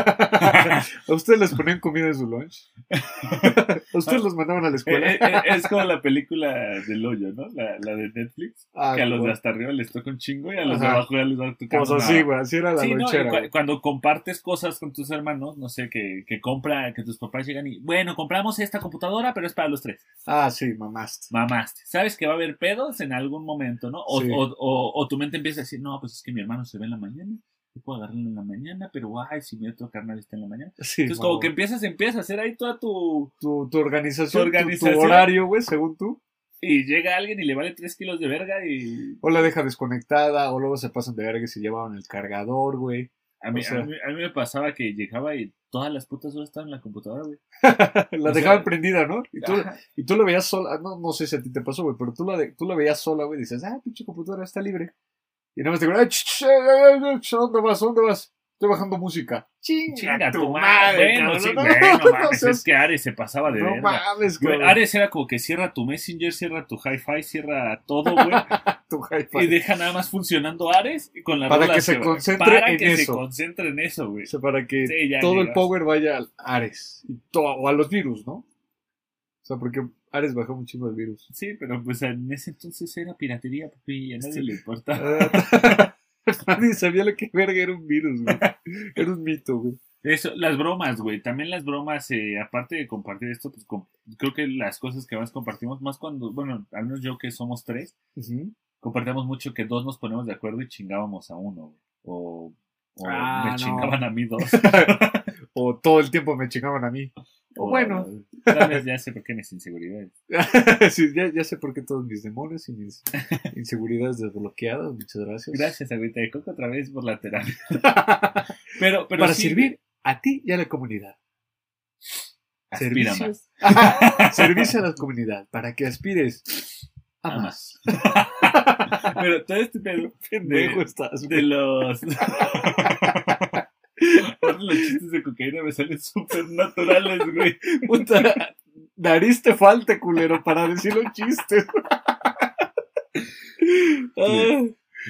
Speaker 4: ¿A ustedes les ponían comida en su lunch? ¿A ustedes los mandaban a la
Speaker 2: Eh,
Speaker 4: escuela?
Speaker 2: eh, eh, es como la película del hoyo, ¿no? La, la de Netflix.
Speaker 4: Ah,
Speaker 2: que a los de
Speaker 4: bueno.
Speaker 2: hasta arriba les toca un chingo y a los de
Speaker 4: Ajá.
Speaker 2: abajo ya les va a tocar
Speaker 4: Pues
Speaker 2: una-
Speaker 4: así, güey, así era la
Speaker 2: Sí, ¿no? Y
Speaker 4: lonchera,
Speaker 2: cu-
Speaker 4: güey.
Speaker 2: cuando compartes cosas con tus hermanos, no sé, que, que compra, que tus papás llegan y, bueno, compramos esta computadora, pero es para los tres.
Speaker 4: Ah, sí, mamaste.
Speaker 2: Mamaste. Sabes que va a haber pedos en algún momento, ¿no? O,
Speaker 4: Sí.
Speaker 2: o, o, o tu mente empieza a decir, no, pues es que mi hermano se ve en la mañana, yo puedo agarrarlo en la mañana, pero ay, si mi otro carnal está en la mañana.
Speaker 4: Sí,
Speaker 2: Entonces, como
Speaker 4: mamón.
Speaker 2: que empiezas, empiezas a hacer ahí toda tu...
Speaker 4: tu, tu organización,
Speaker 2: Tu
Speaker 4: tu-
Speaker 2: organización.
Speaker 4: Tu, horario, güey, según tú.
Speaker 2: Y llega alguien y le vale tres kilos de verga y...
Speaker 4: O la deja desconectada, o luego se pasan de verga y se llevaban el cargador, güey.
Speaker 2: A mí,
Speaker 4: O sea-
Speaker 2: a, mí, a mí me pasaba que llegaba y todas las putas horas estaban en la computadora, güey.
Speaker 4: La
Speaker 2: O
Speaker 4: dejaban
Speaker 2: sea,
Speaker 4: prendida, ¿no? Y tú,
Speaker 2: Ajá.
Speaker 4: y tú la veías sola, no, no sé si a ti te pasó, güey, pero tú la, de- tú la veías sola, güey, y dices, ah, pinche computadora está libre. Y nada más te digo, "Ay, ch, ch, ay, ay, ch, ¿dónde vas? ¿Dónde vas? Estoy bajando música.
Speaker 2: Chinga tu madre. Bueno,
Speaker 4: cabrón,
Speaker 2: sí,
Speaker 4: no,
Speaker 2: bueno,
Speaker 4: no
Speaker 2: mames,
Speaker 4: seas-
Speaker 2: es que Ares se pasaba de
Speaker 4: No
Speaker 2: verga.
Speaker 4: mames,
Speaker 2: Güey,
Speaker 4: cabrón.
Speaker 2: Ares era como que cierra tu Messenger, cierra tu Hi-Fi, cierra todo, güey.
Speaker 4: Tu hi-fi.
Speaker 2: Y deja nada más funcionando Ares y con la
Speaker 4: Para
Speaker 2: rola
Speaker 4: que se
Speaker 2: va-
Speaker 4: concentre
Speaker 2: para
Speaker 4: en
Speaker 2: que se
Speaker 4: eso.
Speaker 2: concentre en eso, güey.
Speaker 4: O sea, para que
Speaker 2: Sí, ya
Speaker 4: todo el
Speaker 2: llegas.
Speaker 4: power vaya al Ares. Y to- o a los virus, ¿no? O sea, porque Ares bajó un chingo de virus.
Speaker 2: Sí, pero pues en ese entonces era piratería, papi, y a nadie
Speaker 4: Sí.
Speaker 2: le importaba.
Speaker 4: Nadie sabía lo que verga era un virus, güey. Era un mito, güey.
Speaker 2: Eso, las bromas, güey. También las bromas, eh, aparte de compartir esto, pues com- creo que las cosas que más compartimos, más cuando, bueno, al menos yo que somos tres,
Speaker 4: Ujú.
Speaker 2: compartíamos mucho que dos nos ponemos de acuerdo y chingábamos a uno, güey. O, o
Speaker 4: Ah,
Speaker 2: me
Speaker 4: no.
Speaker 2: chingaban a mí dos.
Speaker 4: O todo el tiempo me chingaban a mí. O bueno,
Speaker 2: Tal vez ya sé por qué mis inseguridades.
Speaker 4: sí, ya, ya sé por qué todos mis demonios y mis inseguridades desbloqueadas. Muchas gracias.
Speaker 2: Gracias, agüita de coco, otra vez por la terapia. Pero, pero
Speaker 4: Para
Speaker 2: sí,
Speaker 4: servir a ti y a la comunidad.
Speaker 2: aspira
Speaker 4: Servicio-
Speaker 2: más.
Speaker 4: Ajá, servicio a la comunidad. Para que aspires a
Speaker 2: A
Speaker 4: más.
Speaker 2: Pero todo este pedo
Speaker 4: Pendejo
Speaker 2: de,
Speaker 4: estás,
Speaker 2: de
Speaker 4: güey.
Speaker 2: los... Los chistes de cocaína me salen súper naturales, güey.
Speaker 4: Puta, nariz te falta, culero, para decir los chistes. Ah,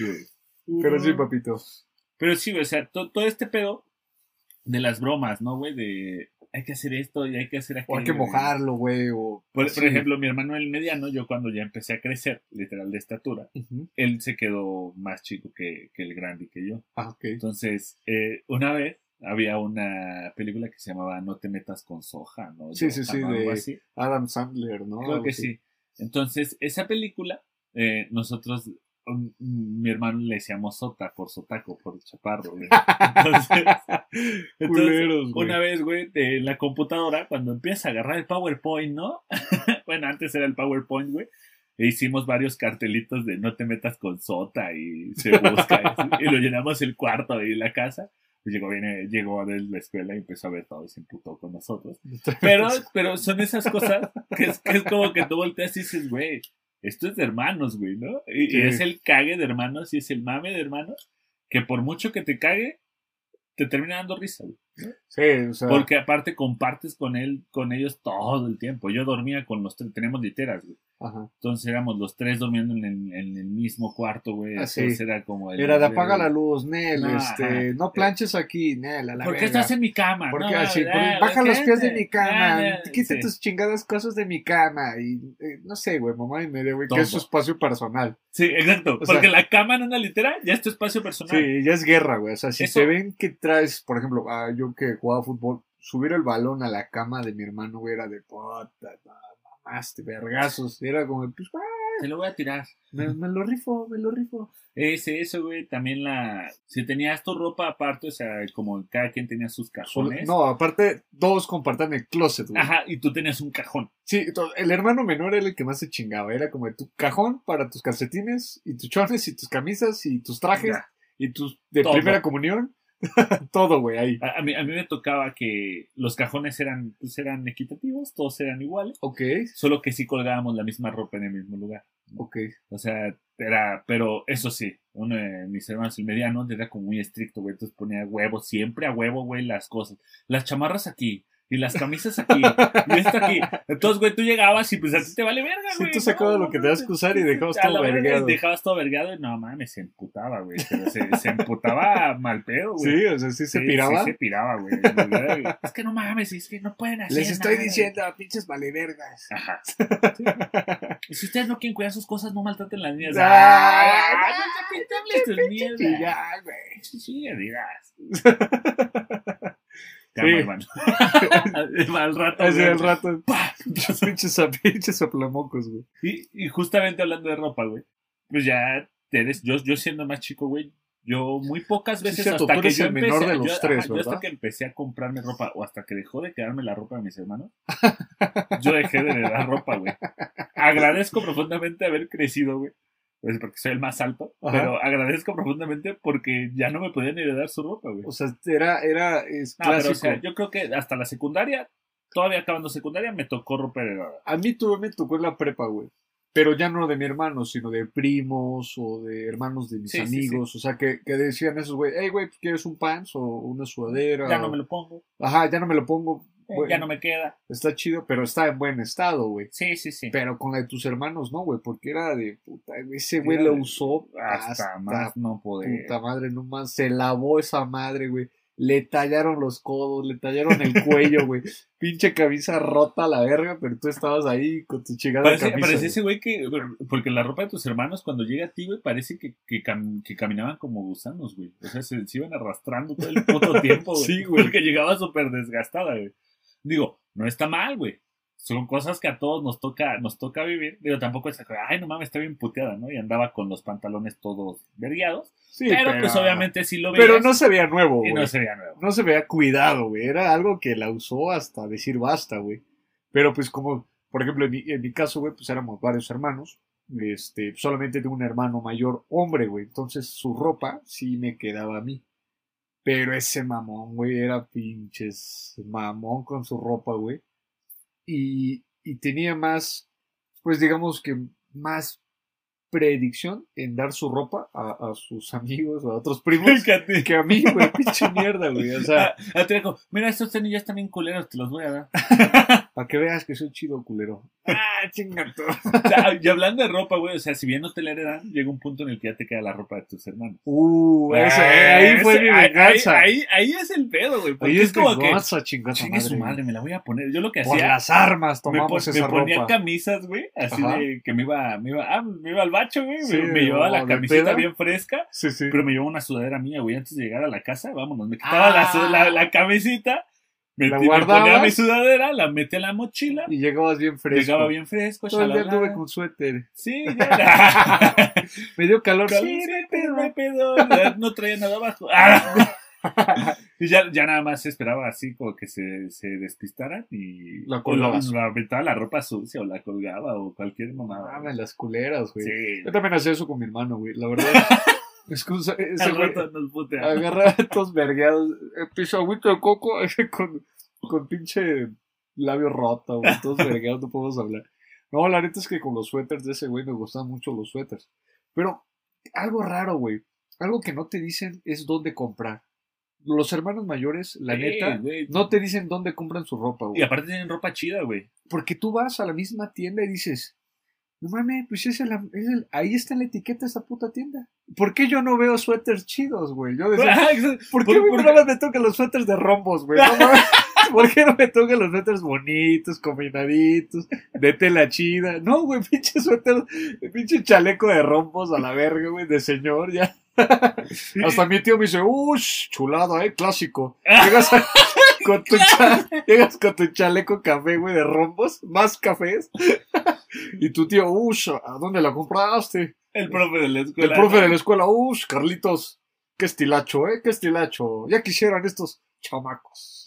Speaker 4: pero sí, papito.
Speaker 2: Pero sí, güey, o sea, to- todo este pedo de las bromas, ¿no, güey? De hay que hacer esto y hay que hacer aquello.
Speaker 4: O hay que
Speaker 2: güey.
Speaker 4: mojarlo, güey. O
Speaker 2: Por,
Speaker 4: sí.
Speaker 2: por ejemplo, mi hermano el mediano, yo cuando ya empecé a crecer, literal de estatura,
Speaker 4: Ujú.
Speaker 2: él se quedó más chico que, que el grande y que yo.
Speaker 4: Ah, ok.
Speaker 2: Entonces, eh, una vez había una película que se llamaba No te metas con soja, ¿no?
Speaker 4: Sí, sí, sí,
Speaker 2: Johan o algo
Speaker 4: de-
Speaker 2: así.
Speaker 4: Adam Sandler, ¿no?
Speaker 2: Creo
Speaker 4: Algo
Speaker 2: que
Speaker 4: así.
Speaker 2: sí. Entonces, esa película, eh, nosotros, um, mi hermano le decíamos Sota por Sotaco, por Chaparro, güey. Entonces, entonces,
Speaker 4: Culeros, güey.
Speaker 2: una vez, güey, de la computadora, cuando empieza a agarrar el PowerPoint, ¿no? Bueno, antes era el PowerPoint, güey. E hicimos varios cartelitos de no te metas con Sota y se busca. y, así, y lo llenamos el cuarto y la casa. Y llegó, viene, llegó de la escuela y empezó a ver todo y se emputó con nosotros. Pero, pero son esas cosas que es, que es como que tú volteas y dices, güey, esto es de hermanos, güey, ¿no? Y,
Speaker 4: Sí.
Speaker 2: y es el cague de hermanos y es el mame de hermanos que por mucho que te cague, te termina dando risa, güey.
Speaker 4: Sí, o sea.
Speaker 2: Porque aparte compartes con él, con ellos todo el tiempo. Yo dormía con los tres, tenemos literas, güey.
Speaker 4: Ajá.
Speaker 2: Entonces éramos los tres durmiendo en el, en el mismo cuarto, güey.
Speaker 4: Ah, sí.
Speaker 2: Entonces era como el...
Speaker 4: Era de apaga la luz, Nel,
Speaker 2: No,
Speaker 4: este,
Speaker 2: ajá.
Speaker 4: no planches aquí, Nel, a la
Speaker 2: ¿Por qué
Speaker 4: verga.
Speaker 2: estás en mi cama?
Speaker 4: ¿Por
Speaker 2: No,
Speaker 4: qué así?
Speaker 2: ah,
Speaker 4: Por-
Speaker 2: ah,
Speaker 4: baja los pies de
Speaker 2: ¿qué?
Speaker 4: mi cama,
Speaker 2: Ah,
Speaker 4: quita
Speaker 2: sí.
Speaker 4: tus chingadas cosas de mi cama y eh, no sé, güey, mamá y media, güey, que
Speaker 2: Todo.
Speaker 4: es su espacio personal.
Speaker 2: Sí, exacto.
Speaker 4: O sea-
Speaker 2: Porque la cama en una litera ya es tu espacio personal.
Speaker 4: Sí, ya es guerra, güey. O sea, si
Speaker 2: Eso-
Speaker 4: te ven que traes, por ejemplo, ah, yo que jugaba fútbol, subir el balón a la cama de mi hermano, güey, era de puta, no, mamaste, vergazos. Y era como, pues, ah,
Speaker 2: Te lo voy a tirar.
Speaker 4: me, me lo rifo, me lo rifo.
Speaker 2: Ese, eso, güey. También la... Si tenías tu ropa aparte, o sea, como cada quien tenía sus cajones.
Speaker 4: No, aparte, todos compartan el closet, güey.
Speaker 2: Ajá, y tú tenías un cajón.
Speaker 4: Sí, to- el hermano menor era el que más se chingaba. Era como de tu cajón para tus calcetines y tus chones y tus camisas y tus trajes
Speaker 2: Ya.
Speaker 4: y tus de
Speaker 2: Todo.
Speaker 4: primera comunión. Todo, güey, ahí.
Speaker 2: A, a mí, a mí me tocaba que los cajones eran, pues, eran equitativos, todos eran iguales,
Speaker 4: Ok,
Speaker 2: solo que sí colgábamos la misma ropa en el mismo lugar.
Speaker 4: ok.
Speaker 2: O sea, era, pero eso sí, uno de mis hermanos, el mediano, era como muy estricto, güey, entonces ponía huevo, siempre a huevo, güey, las cosas. Las chamarras aquí, y las camisas aquí, y esto aquí. Entonces, güey, tú llegabas y pues a ti te vale verga,
Speaker 4: Sí,
Speaker 2: güey.
Speaker 4: tú sacabas
Speaker 2: No,
Speaker 4: lo que
Speaker 2: no,
Speaker 4: tenías
Speaker 2: no,
Speaker 4: que usar y dejabas
Speaker 2: a
Speaker 4: todo
Speaker 2: la verga,
Speaker 4: vergueado.
Speaker 2: Dejabas todo vergueado y no mames, se emputaba, güey. Pero se, se emputaba mal pedo, güey.
Speaker 4: Sí, o sea, sí se
Speaker 2: Sí,
Speaker 4: piraba.
Speaker 2: Sí, se piraba, güey. Es que no mames, es que no pueden hacer
Speaker 4: Les estoy
Speaker 2: nada.
Speaker 4: diciendo, pinches valevergas.
Speaker 2: Ajá. Sí. Y si ustedes no quieren cuidar sus cosas, no maltraten las mías.
Speaker 4: Ah,
Speaker 2: ¡Ah! No te hables tus mierdas.
Speaker 4: Ya, güey.
Speaker 2: Sí, sí, digas.
Speaker 4: Sí.
Speaker 2: Cama, hermano. Al rato.
Speaker 4: Así
Speaker 2: güey.
Speaker 4: al rato. Pinches, pinches, pinches soplamocos, güey.
Speaker 2: Y, y justamente hablando de ropa, güey. Pues ya eres, yo, yo siendo más chico, güey. Yo muy pocas
Speaker 4: Sí,
Speaker 2: veces
Speaker 4: cierto,
Speaker 2: hasta
Speaker 4: tú
Speaker 2: que
Speaker 4: eres
Speaker 2: yo
Speaker 4: el menor
Speaker 2: empecé,
Speaker 4: de los
Speaker 2: yo,
Speaker 4: tres,
Speaker 2: ajá, yo hasta
Speaker 4: ¿verdad?
Speaker 2: que empecé a comprarme ropa o hasta que dejó de quedarme la ropa de mis hermanos, yo dejé de heredar ropa, güey. Agradezco profundamente haber crecido, güey. Pues porque soy el más alto,
Speaker 4: Ajá.
Speaker 2: pero agradezco profundamente porque ya no me podían heredar su ropa, güey.
Speaker 4: O sea, era, era, es
Speaker 2: No, pero
Speaker 4: clásico.
Speaker 2: o sea, yo creo que hasta la secundaria, todavía acabando secundaria, me tocó ropa heredada.
Speaker 4: A mí todo me tocó en la prepa, güey. Pero ya no de mi hermano, sino de primos o de hermanos de mis
Speaker 2: Sí, sí,
Speaker 4: amigos. O sea, que, que decían esos, güey, hey, güey, ¿quieres un pants o una sudadera?
Speaker 2: Ya no
Speaker 4: O-
Speaker 2: me lo pongo,
Speaker 4: Ajá, ya no me lo pongo.
Speaker 2: eh,
Speaker 4: güey.
Speaker 2: ya no me queda.
Speaker 4: Está chido, pero está en buen estado, güey.
Speaker 2: Sí, sí, sí.
Speaker 4: Pero con la de tus hermanos no, güey, porque era de puta. Ese güey
Speaker 2: Era
Speaker 4: lo
Speaker 2: de-
Speaker 4: usó
Speaker 2: Hasta,
Speaker 4: hasta,
Speaker 2: más no poder.
Speaker 4: puta madre, nomás se lavó esa madre, güey. Le tallaron los codos, le tallaron el cuello, güey. Pinche camisa rota a la verga, pero tú estabas ahí con tu chingada
Speaker 2: Parece,
Speaker 4: camisa.
Speaker 2: parece
Speaker 4: güey.
Speaker 2: ese güey que. Porque la ropa de tus hermanos, cuando llega a ti, güey, parece que, que, cam- que caminaban como gusanos, güey. O sea, se, se iban arrastrando todo el puto tiempo, güey.
Speaker 4: Sí, güey.
Speaker 2: Porque llegaba súper desgastada, güey. Digo, no está mal, güey. Son cosas que a todos nos toca, nos toca vivir. Digo, tampoco es que, ay, no mames, está bien puteada, ¿no? Y andaba con los pantalones todos vergueados.
Speaker 4: Sí,
Speaker 2: pero, pues obviamente sí lo veías.
Speaker 4: Pero no se veía nuevo,
Speaker 2: Y
Speaker 4: güey.
Speaker 2: no se veía nuevo.
Speaker 4: No se veía cuidado, güey. Era algo que la usó hasta decir basta, güey. Pero pues como, por ejemplo, en mi, en mi caso, güey, pues éramos varios hermanos. Este, solamente de un hermano mayor hombre, güey. Entonces su ropa sí me quedaba a mí. Pero ese mamón, güey, era pinches mamón con su ropa, güey. Y, y tenía más, pues digamos que más predicción en dar su ropa a, a sus amigos o a otros primos
Speaker 2: Que a ti.
Speaker 4: que a mí, güey, pinche mierda, güey. O sea,
Speaker 2: Ah, a ti dijo, mira, estos tenis ya están bien culeros, te los voy a dar.
Speaker 4: para que veas que soy chido, culero. Ah, chingato.
Speaker 2: O sea, y hablando de ropa, güey, o sea, si bien no te la heredan, llega un punto en el que ya te queda la ropa de tus hermanos.
Speaker 4: Uh, ese,
Speaker 2: Ah,
Speaker 4: ahí fue
Speaker 2: ese-
Speaker 4: mi
Speaker 2: ahí-
Speaker 4: venganza.
Speaker 2: Ahí, ahí, ahí es el pedo, güey. Porque
Speaker 4: Ahí
Speaker 2: es
Speaker 4: es
Speaker 2: como que,
Speaker 4: venganza, chingada
Speaker 2: chingue
Speaker 4: madre.
Speaker 2: su madre, me la voy a poner. Yo lo que
Speaker 4: Por
Speaker 2: hacía,
Speaker 4: las armas
Speaker 2: me, pon-
Speaker 4: tomamos
Speaker 2: me
Speaker 4: esa
Speaker 2: ponía
Speaker 4: ropa.
Speaker 2: camisas, güey, así
Speaker 4: Ajá.
Speaker 2: de que me iba, me iba, ah, me iba al bacho, güey,
Speaker 4: Sí,
Speaker 2: me, me llevaba
Speaker 4: o
Speaker 2: la
Speaker 4: de
Speaker 2: camiseta
Speaker 4: peda.
Speaker 2: bien fresca,
Speaker 4: Sí, sí.
Speaker 2: pero me llevaba una sudadera mía, güey, antes de llegar a la casa, vámonos, me quitaba
Speaker 4: Ah.
Speaker 2: la, su- la, la camisita, me,
Speaker 4: La
Speaker 2: me ponía
Speaker 4: guardabas.
Speaker 2: mi sudadera, la metí a la mochila,
Speaker 4: Y llegabas bien fresco.
Speaker 2: llegaba bien fresco,
Speaker 4: Todo el día
Speaker 2: shalala.
Speaker 4: anduve con suéter.
Speaker 2: Sí, ya.
Speaker 4: Me dio calor.
Speaker 2: Calor,
Speaker 4: Sí,
Speaker 2: sí,
Speaker 4: no hay
Speaker 2: pero
Speaker 4: pedo.
Speaker 2: no hay pedo, ya no traía nada abajo. Ah. Y ya, ya nada más esperaba así como que se, se despistaran y
Speaker 4: La
Speaker 2: o
Speaker 4: colgabas.
Speaker 2: la aventaba la ropa sucia o la colgaba o cualquier mamada.
Speaker 4: Mames, las culeras, güey.
Speaker 2: Sí.
Speaker 4: Yo también hacía eso con mi hermano, güey. La verdad. Es que ese ese
Speaker 2: Al
Speaker 4: güey
Speaker 2: rato nos putea.
Speaker 4: agarra estos vergueados. eh, Piso agüito de coco con, con pinche labio roto, güey. Todos vergueados, no podemos hablar. No, la neta es que con los suéteres de ese güey me gustan mucho los suéteres. Pero algo raro, güey. Algo que no te dicen es dónde comprar. Los hermanos mayores, la
Speaker 2: Sí,
Speaker 4: neta,
Speaker 2: güey.
Speaker 4: no te dicen dónde compran su ropa, güey.
Speaker 2: Y aparte tienen ropa chida, güey.
Speaker 4: Porque tú vas a la misma tienda y dices, no mames, pues es el, es el- ahí está en la etiqueta de esta puta tienda. ¿Por qué yo no veo suéteres chidos, güey? Yo decía, ¿por qué
Speaker 2: Por-
Speaker 4: a mí
Speaker 2: por-
Speaker 4: nada más me tocan los suéteres de rombos, güey? No mames. ¿Por qué no me tocan los suéteres bonitos, combinaditos, de tela chida? No, güey, pinche suéter, pinche chaleco de rombos a la verga, güey, de señor, ya. Hasta mi tío me dice, uff, chulada, eh, clásico. Llegas a- con tu cha- llegas con tu chaleco café, güey, de rombos, más cafés. Y tu tío, uff, ¿a dónde la compraste?
Speaker 2: El profe de la
Speaker 4: El
Speaker 2: escuela.
Speaker 4: profe de la escuela, uff, Carlitos, qué estilacho, eh, qué estilacho. Ya quisieran estos chamacos.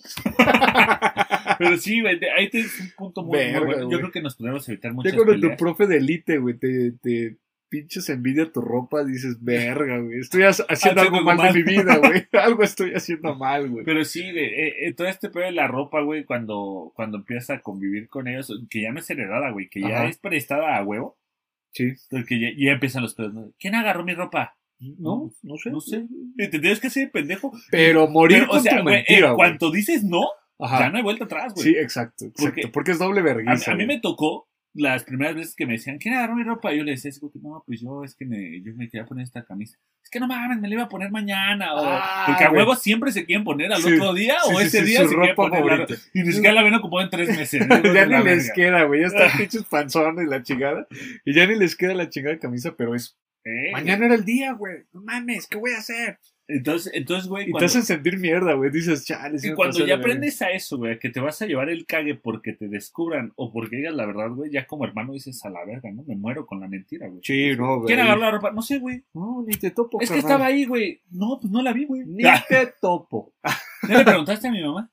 Speaker 2: Pero sí, güey, te- ahí tienes un punto muy, muy
Speaker 4: Verga,
Speaker 2: bueno. Yo
Speaker 4: güey.
Speaker 2: creo que nos podemos evitar muchas
Speaker 4: Ya cuando tu
Speaker 2: peleas.
Speaker 4: profe de elite, güey, te, te pinches envidia tu ropa, dices, verga, güey, estoy ha- haciendo
Speaker 2: Haciendo
Speaker 4: algo mal,
Speaker 2: mal.
Speaker 4: de mi vida, güey. Algo estoy haciendo mal, güey.
Speaker 2: Pero sí, güey, eh, eh, todo este pedo de la ropa, güey, cuando, cuando empiezas a convivir con ellos, que ya no es heredada, güey, que ya
Speaker 4: Ajá.
Speaker 2: es prestada a huevo,
Speaker 4: Sí.
Speaker 2: porque ya, ya empiezan los pedos, ¿no? ¿Quién agarró mi ropa?
Speaker 4: No, no sé.
Speaker 2: No sé. Y te tienes que hacer pendejo.
Speaker 4: Pero morir
Speaker 2: Pero,
Speaker 4: con
Speaker 2: o sea,
Speaker 4: tu
Speaker 2: güey,
Speaker 4: mentira,
Speaker 2: en
Speaker 4: güey.
Speaker 2: cuanto dices no,
Speaker 4: Ajá.
Speaker 2: ya no hay vuelta atrás, güey.
Speaker 4: Sí, exacto, exacto.
Speaker 2: Porque-
Speaker 4: Porque, es doble
Speaker 2: A, mí-
Speaker 4: vergüenza.
Speaker 2: a mí
Speaker 4: güey.
Speaker 2: me tocó las primeras veces que me decían, ¿quién agarró mi ropa? Y yo le decía, así como que, no, pues yo es que me, yo me quería poner esta camisa. Es que no mames, me la iba a poner mañana. O,
Speaker 4: Ah,
Speaker 2: porque a
Speaker 4: güey.
Speaker 2: huevos siempre se quieren poner al
Speaker 4: Sí.
Speaker 2: otro día
Speaker 4: Sí,
Speaker 2: o
Speaker 4: sí,
Speaker 2: ese
Speaker 4: sí,
Speaker 2: día
Speaker 4: su
Speaker 2: se quieren
Speaker 4: ropa
Speaker 2: poner la-
Speaker 4: favorita.
Speaker 2: Y ni siquiera la ven ocupado en tres meses.
Speaker 4: Ya ni
Speaker 2: La
Speaker 4: les
Speaker 2: verga.
Speaker 4: queda, güey. Ya están pinches panzones y la chingada. Y ya ni les queda la chingada de camisa, pero es.
Speaker 2: Eh,
Speaker 4: Mañana era el día, güey. No mames, ¿qué voy a hacer?
Speaker 2: Entonces, entonces, güey,
Speaker 4: Y te
Speaker 2: cuando,
Speaker 4: hacen sentir mierda, güey. Dices, chale, sí
Speaker 2: y
Speaker 4: me
Speaker 2: cuando
Speaker 4: pasé de
Speaker 2: ya
Speaker 4: verga".
Speaker 2: aprendes a eso, güey, que te vas a llevar el cague porque te descubran o porque digas la verdad, güey, ya como hermano dices a la verga, ¿no? Me muero con la mentira, güey.
Speaker 4: Sí, no, güey.
Speaker 2: ¿Quién agarró la ropa? No sé, güey.
Speaker 4: No, ni te topo,
Speaker 2: Es que
Speaker 4: carnal.
Speaker 2: estaba ahí, güey. No, pues no la vi, güey.
Speaker 4: Ni
Speaker 2: Ya.
Speaker 4: te topo.
Speaker 2: ¿Ya le preguntaste a mi mamá?